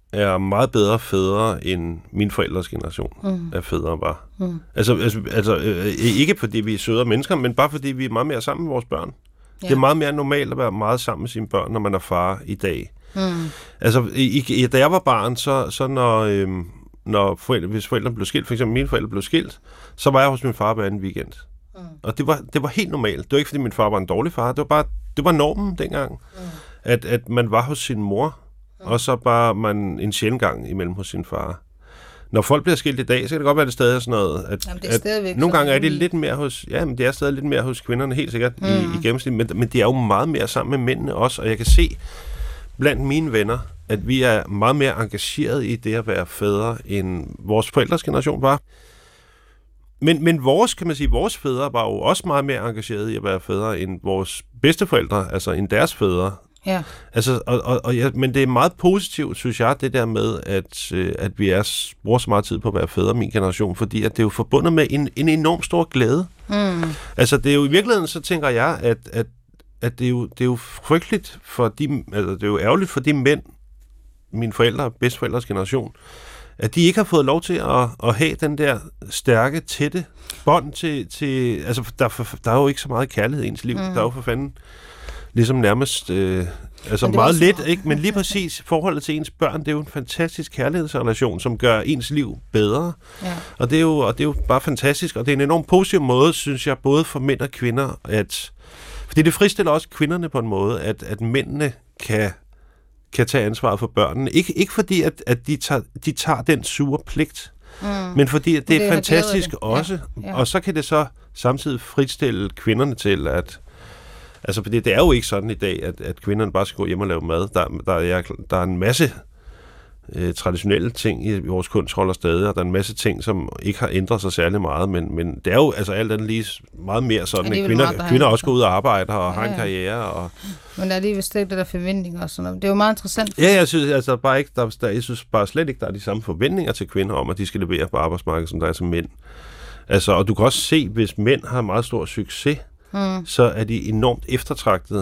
er meget bedre fædre, end min forældres generation mm. af fædre var. Mm. Altså, altså, altså øh, ikke fordi vi er sødere mennesker, men bare fordi vi er meget mere sammen med vores børn. Ja. Det er meget mere normalt at være meget sammen med sine børn, når man er far i dag. Mm. Altså, i, i, da jeg var barn, så, så når, øh, når forældre, hvis forældrene blev skilt, for eksempel mine forældre blev skilt, så var jeg hos min far hver anden weekend. Mm. Og det var, det var helt normalt. Det var ikke, fordi min far var en dårlig far. Det var bare, det var normen dengang, mm. at, at man var hos sin mor, mm. og så bare man en sjældent gang imellem hos sin far. Når folk bliver skilt i dag, så kan det godt være, at det stadig er sådan noget, at, Jamen, det er at nogle gange er det lidt mere hos, ja, men det er stadig lidt mere hos kvinderne, helt sikkert, mm. i, i gennemsnit, men, men det er jo meget mere sammen med mændene også, og jeg kan se blandt mine venner, at vi er meget mere engageret i det at være fædre, end vores forældres generation var. Men, men vores, kan man sige, vores fædre var jo også meget mere engageret i at være fædre, end vores bedsteforældre, altså end deres fædre. Ja. Altså, og, og, og ja, men det er meget positivt, synes jeg, det der med, at, øh, at vi er, bruger så meget tid på at være fædre, min generation, fordi at det er jo forbundet med en, en enorm stor glæde. Mm. Altså, det er jo i virkeligheden, så tænker jeg, at, at, at det, er jo, det er jo frygteligt for de, altså det er jo ærgerligt for de mænd, mine forældre, bedsteforældres generation, at de ikke har fået lov til at, at have den der stærke, tætte bånd til, til altså, der, der er jo ikke så meget kærlighed i ens liv. Mm. Der er jo for fanden ligesom nærmest, øh, altså meget let, ikke? Men lige præcis forholdet til ens børn, det er jo en fantastisk kærlighedsrelation, som gør ens liv bedre. Ja. Og, det er jo, og det er jo bare fantastisk, og det er en enormt positiv måde, synes jeg, både for mænd og kvinder, at, fordi det fristiller også kvinderne på en måde, at, at mændene kan, kan tage ansvaret for børnene. Ik- ikke fordi, at, at de, tager, de tager den sure pligt, mm. men fordi at det, det er fantastisk det. også, ja. Ja. Og så kan det så samtidig fritstille kvinderne til, at altså, fordi det er jo ikke sådan i dag, at, at kvinderne bare skal gå hjem og lave mad. Der, der, er, der er en masse øh, traditionelle ting i vores kunstholder stadig, og der er en masse ting, som ikke har ændret sig særlig meget, men, men det er jo altså alt andet lige meget mere sådan, at kvinder, meget, kvinder også går ud og arbejder og ja, har en karriere. Og men der er lige vist ikke det der forventninger og sådan noget. Det er jo meget interessant. Ja, jeg synes altså bare ikke, der, der, jeg synes bare slet ikke, der er de samme forventninger til kvinder om, at de skal levere på arbejdsmarkedet, som der er til mænd. Altså, og du kan også se, hvis mænd har meget stor succes, Hmm. så er de enormt eftertragtede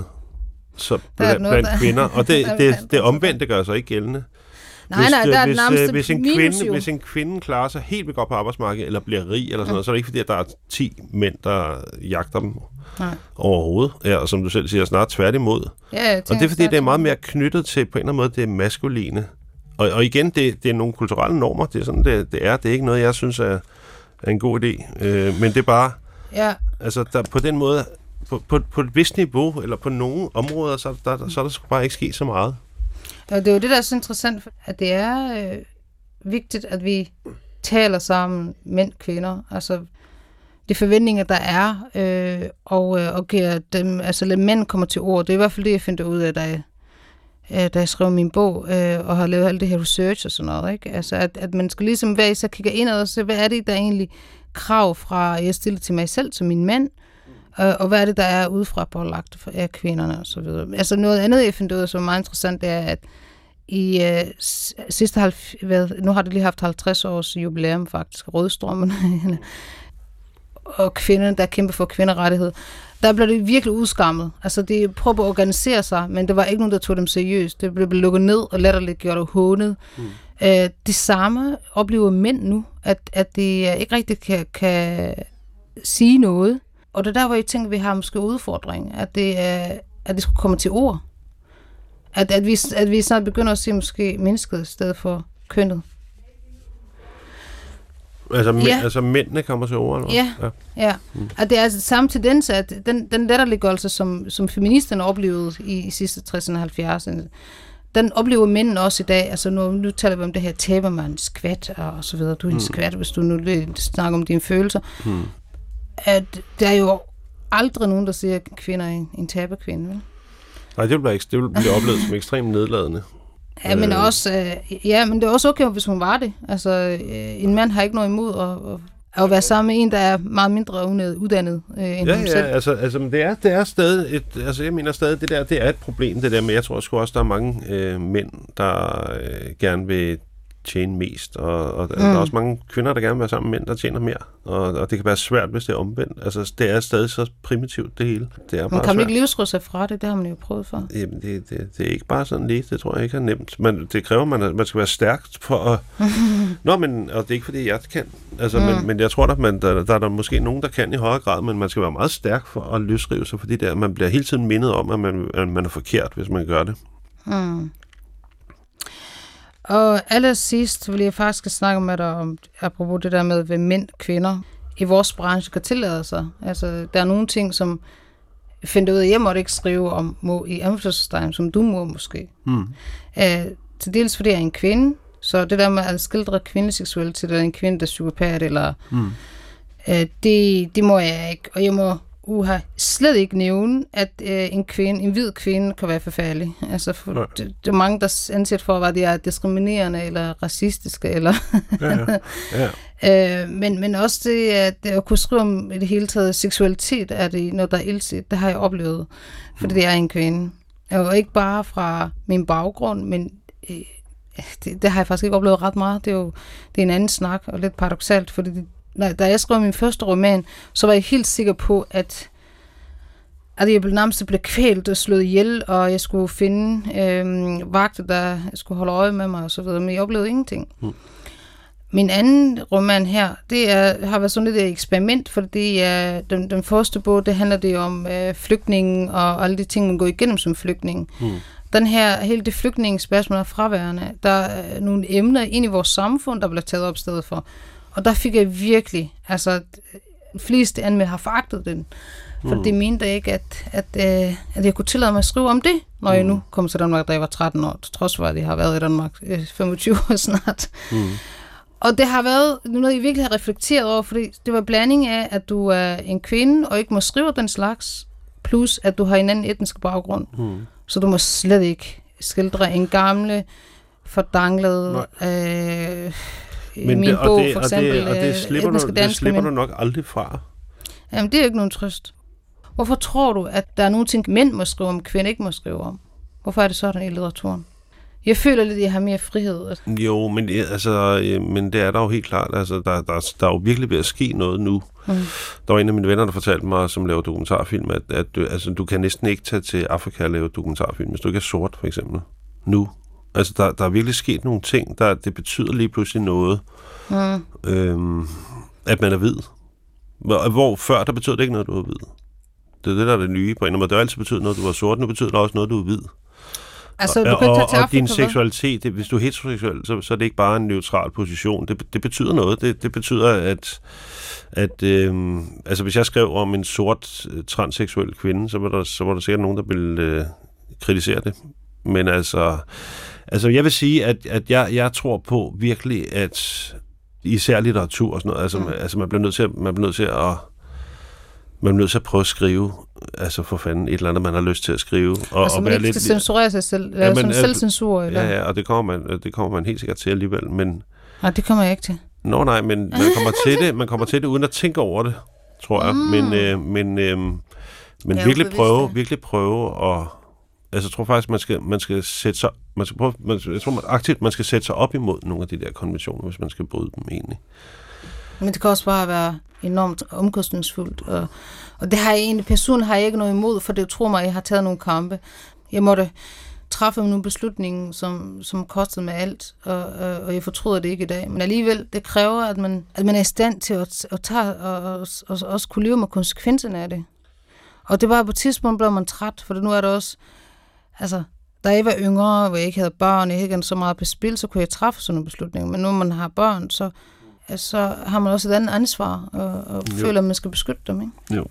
så blandt, noget, blandt kvinder. Og det, det, det omvendte gør sig ikke gældende. Nej, hvis, nej, der er hvis, øh, hvis, en kvinde, hvis en kvinde klarer sig helt vildt godt på arbejdsmarkedet, eller bliver rig, eller sådan mm. noget, så er det ikke fordi, at der er ti mænd, der jagter dem nej. overhovedet. Ja, og som du selv siger, snart tværtimod. Ja, og det er fordi, det er meget mere knyttet til, på en eller anden måde, det maskuline. Og, og igen, det, det er nogle kulturelle normer. Det er sådan, det, det er. Det er ikke noget, jeg synes er, er en god idé. Øh, men det er bare ja. Altså, der, på den måde, på, på, på et vist niveau, eller på nogle områder, så, der, der, så er der bare ikke sket så meget. Og det er jo det, der er så interessant, at det er øh, vigtigt, at vi taler sammen, mænd, kvinder, altså de forventninger, der er, øh, og, øh, og giver dem, altså lad mænd kommer til ord. Det er i hvert fald det, jeg finder ud af, da jeg, øh, da jeg skrev min bog, øh, og har lavet alt det her research og sådan noget, ikke? Altså, at, at man skal ligesom hver især kigge ind og se, hvad er det, der egentlig krav fra, jeg stiller til mig selv, som min mand, øh, og hvad er det, der er udefra pålagt af kvinderne og så videre. Altså noget andet, jeg finder ud af, som er meget interessant, det er, at i øh, sidste halv, hvad, nu har det lige haft halvtreds års jubilæum faktisk, Rødstrømmen, og kvinderne, der kæmper for kvinderettighed, der blev det virkelig udskammet. Altså, de prøvede at organisere sig, men der var ikke nogen, der tog dem seriøst. Det blev lukket ned og latterligt gjort og hånet. Mm. Øh, det samme oplever mænd nu, at, at de ikke rigtig kan, kan sige noget. Og det er der, hvor jeg tænker, at vi har måske udfordring, at det, er, at det skulle komme til ord. At, at, vi, at vi snart begynder at se måske mennesket i stedet for kønnet. Altså, mæ- ja. altså mændene kommer til ord? Eller? Ja, ja. ja. Mm. At det er altså samme tendens, at den, den latterliggørelse, som, som feministerne oplevede i, i sidste tresserne og halvfjerdserne, den oplever mændene også i dag. Altså nu, nu taler vi om det her, taber man en skvat og så videre. Du er en mm. skvat, hvis du nu snakker om dine følelser. Mm. At der er jo aldrig nogen, der siger, at kvinder er en, en taberkvinde, vel? Nej, det vil blive, det vil blive oplevet som ekstremt nedladende. Ja, men øh. også, øh, ja, men det er også okay, hvis hun var det. Altså, øh, en mand har ikke noget imod at, at, at være sammen med en, der er meget mindre uddannet øh, end ja, ham ja, selv. Ja, altså, altså det er, det er stadig et, altså jeg mener stadig, det der, det er et problem, det der, men jeg tror sgu også, der er mange øh, mænd, der øh, gerne vil tjene mest, og, og mm. der er også mange kvinder, der gerne vil være sammen med mænd, der tjener mere, og, og det kan være svært, hvis det er omvendt. Altså, det er stadig så primitivt, det hele. Det er man bare kan man svært. ikke livsrøde sig fra det, det har man jo prøvet for. Jamen, det, det, det er ikke bare sådan lige, det tror jeg ikke er nemt. Men det kræver, man, at man skal være stærk for at... Nå, men, og det er ikke, fordi jeg kan. Altså, mm. men, men jeg tror, at man, der, der er der måske nogen, der kan i højere grad, men man skal være meget stærk for at løsrive sig, fordi der, man bliver hele tiden mindet om, at man, at man er forkert, hvis man gør det. Mm. Og allersidst vil jeg faktisk snakke med dig om, apropos det der med, hvad mænd og kvinder i vores branche kan tillade sig. Altså, der er nogle ting, som finder ud af, at jeg måtte ikke skrive om må i anførselstegn, som du må måske. Mm. Uh, til dels fordi jeg er en kvinde, så det der med at skildre kvindelig seksualitet, eller en kvinde, der er psykopat, eller mm. uh, det, det må jeg ikke. Og jeg må uha, slet ikke nævne, at øh, en kvinde, en hvid kvinde kan være forfærdelig. Altså, for, det, det er mange, der anser for, at de er diskriminerende, eller racistiske, eller... ja, ja. Ja. øh, men, men også det, at, at kunne skrive om i det hele taget seksualitet, er det noget, der er ildset. Det har jeg oplevet, fordi mm. det er en kvinde. Og ikke bare fra min baggrund, men øh, det, det har jeg faktisk ikke oplevet ret meget. Det er jo det er en anden snak, og lidt paradoksalt, fordi det, da jeg skrev min første roman, så var jeg helt sikker på, at, at jeg nærmest blev kvælt og slået ihjel, og jeg skulle finde øh, vagter, der skulle holde øje med mig og så videre, men jeg oplevede ingenting. Mm. Min anden roman her, det er, har været sådan lidt et eksperiment, for det er, den, den første bog, det handler det om øh, flygtningen og alle de ting, man går igennem som flygtning. Mm. Den her, hele det flygtningsspørgsmål er fraværende. Der er nogle emner ind i vores samfund, der bliver taget op stedet for. Og der fik jeg virkelig, altså, de fleste anmelder har foragtet den. For mm. det mente ikke, at, at, at, at jeg kunne tillade mig at skrive om det, når mm. jeg nu kom til Danmark, da jeg var tretten år, trods for, at jeg har været i Danmark femogtyve år snart. Mm. Og det har været noget, jeg virkelig har reflekteret over, fordi det var blanding af, at du er en kvinde, og ikke må skrive den slags, plus at du har en anden etnisk baggrund. Mm. Så du må slet ikke skildre en gamle, fordanglede... Øh, Men min det, bog, det, for eksempel, og det, og det slipper, du, det slipper du nok aldrig fra. Jamen, det er jo ikke nogen trøst. Hvorfor tror du, at der er nogle ting, mænd må skrive om, kvinder ikke må skrive om? Hvorfor er det sådan i litteraturen? Jeg føler lidt, at jeg har mere frihed. Jo, men, altså, men det er der jo helt klart. Altså, der, der, der er jo virkelig ved at ske noget nu. Mm. Der var en af mine venner, der fortalte mig, som laver dokumentarfilm, at, at du, altså, du kan næsten ikke tage til Afrika og lave dokumentarfilm, hvis du ikke er sort, for eksempel. Nu. Altså, der, der er virkelig sket nogle ting, der det betyder lige pludselig noget, mm. øhm, at man er hvid. Hvor, hvor før, der betød det ikke noget, du var hvid. Det er det, der er det nye på en måde. Det har altid betydet noget, du var sort. Nu betyder det også noget, du er hvid. Altså, og, du kan og, tage til og Afrika, din seksualitet, det, hvis du er heteroseksuel, så, så er det ikke bare en neutral position. Det, det betyder noget. Det, det betyder, at, at øhm, altså, hvis jeg skrev om en sort transseksuel kvinde, så var der, så var der sikkert nogen, der ville øh, kritisere det. Men altså... Altså, jeg vil sige, at, at jeg, jeg tror på virkelig, at især litteratur og sådan noget, altså, mm. altså man bliver nødt til at, man bliver nødt til at, man bliver nødt til at prøve at skrive, altså for fanden, et eller andet, man har lyst til at skrive. Og, altså, og man ikke lidt, skal censurere sig selv, ja, sådan selvcensur, eller? Ja, ja, og det kommer man, det kommer man helt sikkert til alligevel, men... Nej, det kommer jeg ikke til. Nå, nej, men man kommer til det, man kommer til det uden at tænke over det, tror jeg. Mm. Men, øh, men, øh, men virkelig prøve, virkelig prøve at... Altså, jeg tror faktisk, man skal, man skal sætte sig, man skal prøve, man, jeg tror man, aktivt, man skal sætte sig op imod nogle af de der konventioner, hvis man skal bryde dem egentlig. Men det kan også bare være enormt omkostningsfuldt, og, og det har jeg egentlig, personligt har jeg ikke noget imod, for det tror mig, jeg har taget nogle kampe. Jeg måtte træffe nogle beslutninger, som, som kostede mig alt, og, og, og jeg fortryder det ikke i dag. Men alligevel, det kræver, at man, at man er i stand til at, at tage, og, og, og også kunne leve med konsekvenserne af det. Og det var på et tidspunkt, blev man træt, for nu er det også... Altså, da jeg var yngre, hvor jeg ikke havde børn, jeg ikke havde så meget på spil, så kunne jeg træffe sådan nogle beslutninger. Men nu, når man har børn, så, så har man også et andet ansvar, og, og føler, at man skal beskytte dem, ikke? Jo.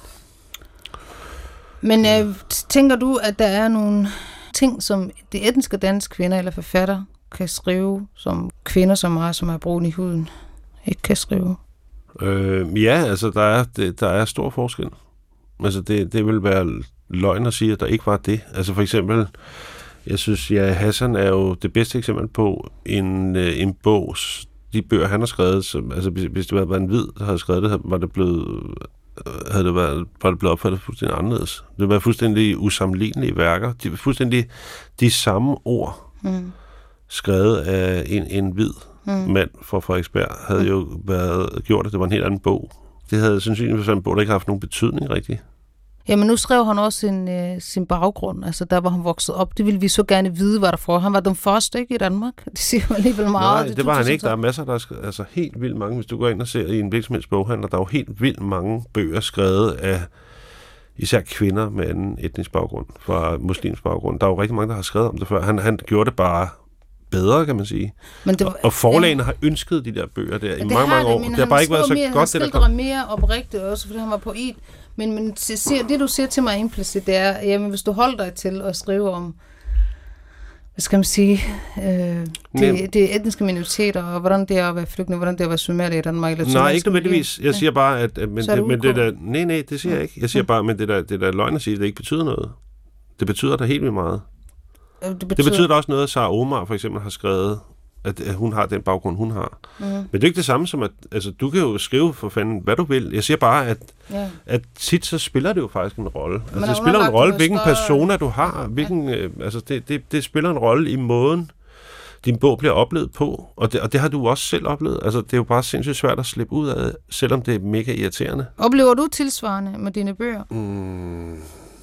Men øh, tænker du, at der er nogle ting, som de etniske danske kvinder eller forfatter kan skrive, som kvinder som mig, som har brun i huden, ikke kan skrive? Øh, ja, altså, der er, det, der er stor forskel. Altså, det, det vil være... løgn at sige, at der ikke var det. Altså for eksempel, jeg synes, ja, Hassan er jo det bedste eksempel på en, en bog, de bøger, han har skrevet, som, altså hvis det var en hvid, der havde skrevet det, var det blevet, havde det været, var det blevet opfattet fuldstændig anderledes. Det var fuldstændig usammenlignelige værker. De var fuldstændig de samme ord, mm. skrevet af en, en hvid mm. mand fra Frederiksberg, havde mm. jo været, gjort, at det var en helt anden bog. Det havde sandsynligvis været en bog, der ikke har haft nogen betydning rigtig. Jamen nu skrev han også sin, øh, sin baggrund, altså der hvor han voksede op. Det ville vi så gerne vide, hvad der for. Han var den første, ikke, i Danmark. Det siger jo alligevel meget. Nej, det, det var han ikke. Der er masser, der er skrevet, altså helt vildt mange. Hvis du går ind og ser i en virksomheds boghandler, der er jo helt vildt mange bøger skrevet af især kvinder med anden etnisk baggrund, fra muslimsk baggrund. Der er jo rigtig mange, der har skrevet om det før. Han, han gjorde det bare bedre, kan man sige. Men det var, og forlagene ja. har ønsket de der bøger der i mange, mange år. Det, det har bare ikke været så mere, godt, det der kom. Han mere oprigtigt også, fordi han var poet. Men, men det, du siger til mig implicit, det er, jamen, hvis du holder dig til at skrive om, hvad skal man sige, øh, det, det etniske minoriteter, og hvordan det er at være flygtning, hvordan det er at være somalier i Danmark. Eller nej, ikke nødvendigvis. Jeg siger bare, at... Men det, det men det der, nej, nej, det siger jeg ikke. Jeg siger bare, men det der, det der løgn at sige, det ikke betyder noget. Det betyder da helt vildt meget. Det betyder, det betyder da også noget, at Sara Omar for eksempel har skrevet, at, at hun har den baggrund, hun har. Mm. Men det er ikke det samme som, at altså, du kan jo skrive for fanden, hvad du vil. Jeg siger bare, at, yeah. at tit så spiller det jo faktisk en rolle. Altså, det spiller en rolle, hvilken større... persona du har. Hvilken, ja. øh, altså, det, det, det spiller en rolle i måden, din bog bliver oplevet på. Og det, og det har du også selv oplevet. Altså, det er jo bare sindssygt svært at slippe ud af, selvom det er mega irriterende. Oplever du tilsvarende med dine bøger? Mm.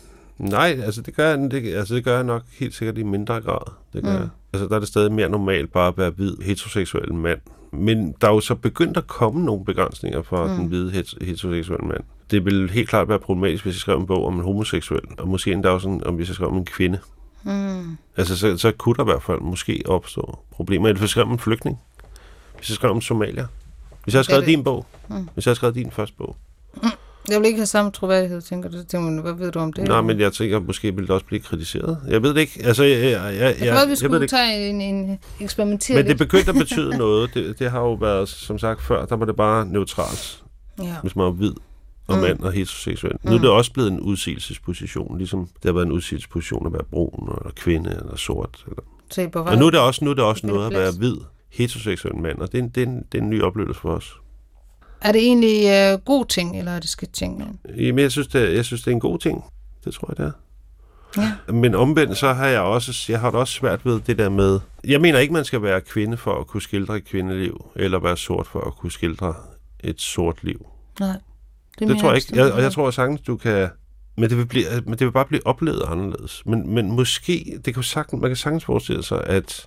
Nej, altså det, gør jeg, det, altså det gør jeg nok helt sikkert i mindre grad. Det gør mm. jeg. Altså der er det stadig mere normalt bare at være hvid, heteroseksuel mand. Men der er jo så begyndt at komme nogle begrænsninger for mm. den hvide heteroseksuelle mand. Det vil helt klart være problematisk, hvis jeg skrev en bog om en homoseksuel, og måske endda også sådan, om hvis jeg skrev om en kvinde. Mm. Altså så, så kunne der i hvert fald måske opstå problemer. Eller hvis jeg skrev om en flygtning. Hvis jeg skrev om somalier. Hvis jeg havde skrevet din bog. Mm. Hvis jeg havde skrevet din første bog. Mm. Jeg vil ikke have samme troværdighed, tænker du. Tænker man, hvad ved du om det? Nej, men jeg tænker, måske ville det også blive kritiseret. Jeg ved det ikke. Altså, jeg, jeg, jeg, jeg, jeg, jeg vi skulle jeg tage en, en eksperimentere men det begyndte at betyde noget. Det, det har jo været, som sagt før, der var det bare neutralt. Ja. Hvis man var hvid og mm. mand og heteroseksuel. Mm. Nu er det også blevet en udsigelsesposition, ligesom det har været en udsigelsesposition at være brun, eller kvinde, eller sort. Eller. Og nu er det også, nu er det også noget at være hvid, heteroseksuel mand, og det er, en, det, er en, det er en ny oplevelse for os. Er det egentlig øh, god ting, eller er det skidt ting? Jamen, jeg synes, det, jeg synes, det er en god ting. Det tror jeg, det er. Ja. Men omvendt, så har jeg også, jeg har det også svært ved det der med... Jeg mener ikke, man skal være kvinde for at kunne skildre et kvindeliv, eller være sort for at kunne skildre et sort liv. Nej. Det, det tror jeg ikke. Jeg, og jeg tror sagtens, du kan... Men det vil, blive, men det vil bare blive oplevet anderledes. Men, men måske... Det kan sagtens, man kan sagtens forestille sig, at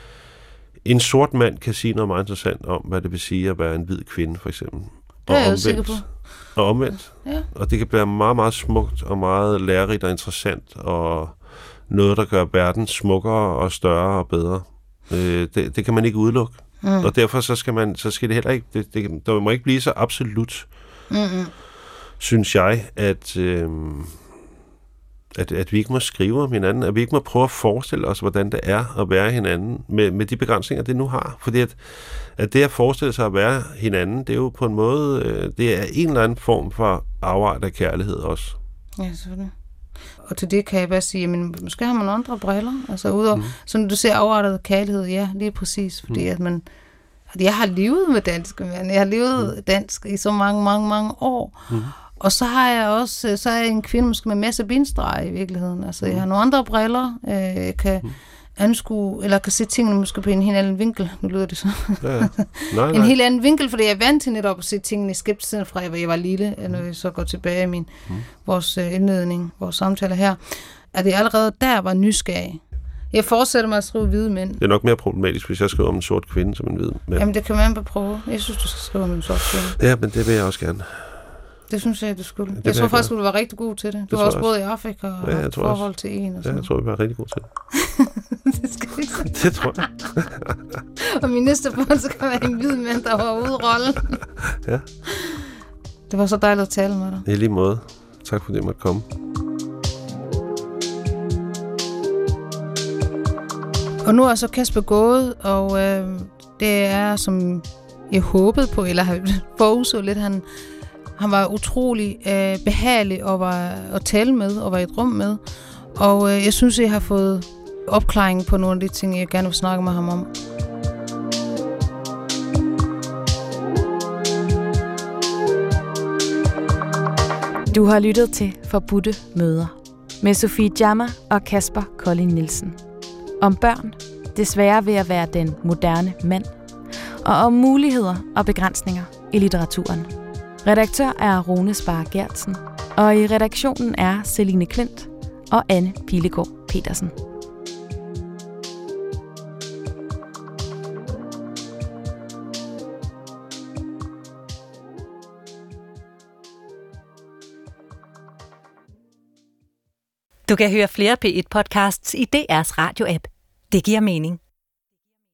en sort mand kan sige noget meget interessant om, hvad det vil sige at være en hvid kvinde, for eksempel. Det er jeg jo sikker på. Og omvendt. Ja. Og det kan blive meget, meget smukt og meget lærerigt og interessant, og noget, der gør verden smukkere og større og bedre. Øh, det, det kan man ikke udelukke. Mm. Og derfor så skal, man, så skal det heller ikke... Det, det, der må ikke blive så absolut, mm-hmm. synes jeg, at... Øh, At, at vi ikke må skrive om hinanden, at vi ikke må prøve at forestille os, hvordan det er at være hinanden, med, med de begrænsninger, det nu har. Fordi at, at det at forestille sig at være hinanden, det er jo på en måde, øh, det er en eller anden form for afart af kærlighed også. Ja, selvfølgelig. Og til det kan jeg bare sige, jamen, måske har man andre briller, altså udover, mm. så når du ser afartet kærlighed, ja, lige præcis, fordi mm. at man, at jeg har levet med dansk, man. Jeg har levet mm. dansk i så mange, mange, mange år, mm. Og så har jeg også, så er jeg en kvinde måske med masser af bindestreg i virkeligheden. Altså, jeg har nogle andre briller, øh, jeg kan mm. anskue, eller kan se tingene måske på en helt anden vinkel. Nu lyder det så. Ja, ja. Nej, nej. En helt anden vinkel, fordi jeg er vant til netop at se tingene skeptisk, fra jeg var lille, mm. når jeg så går tilbage i min, mm. vores øh, indledning, vores samtale her, at jeg allerede der var nysgerrig. Jeg fortsætter med at skrive hvide mænd. Det er nok mere problematisk, hvis jeg skriver om en sort kvinde som en hvid mand. Jamen, det kan man bare prøve. Jeg synes, du skal skrive om en sort kvinde. Ja, men det vil jeg også gerne. Det synes jeg, du skulle. Det jeg tror faktisk, du var rigtig god til det. Du det var også både i Afrika og ja, forhold også. Til en. Og sådan. Ja, jeg tror, vi var rigtig god til det. Det skal vi så. Det tror jeg. Og min næste punkt, så kan være en hvid mand, der var ude i rollen. Ja. Det var så dejligt at tale med dig. I lige måde. Tak fordi du måtte komme. Og nu er så Kasper gået, og øh, det er, som jeg håbede på, eller har forudså lidt, han... Han var utrolig øh, behagelig at, var, at tale med og være i et rum med. Og øh, jeg synes, jeg har fået opklaring på nogle af de ting, jeg gerne vil snakke med ham om. Du har lyttet til Forbudte Møder med Sofie Jama og Kasper Kolding Nielsen. Om børn, det svære ved at være den moderne mand, og om muligheder og begrænsninger i litteraturen. Redaktør er Rune Spar Gertsen, og i redaktionen er Celine Klint og Anne Pilegaard Petersen. Du kan høre flere P et podcasts i D R's radio-app. Det giver mening.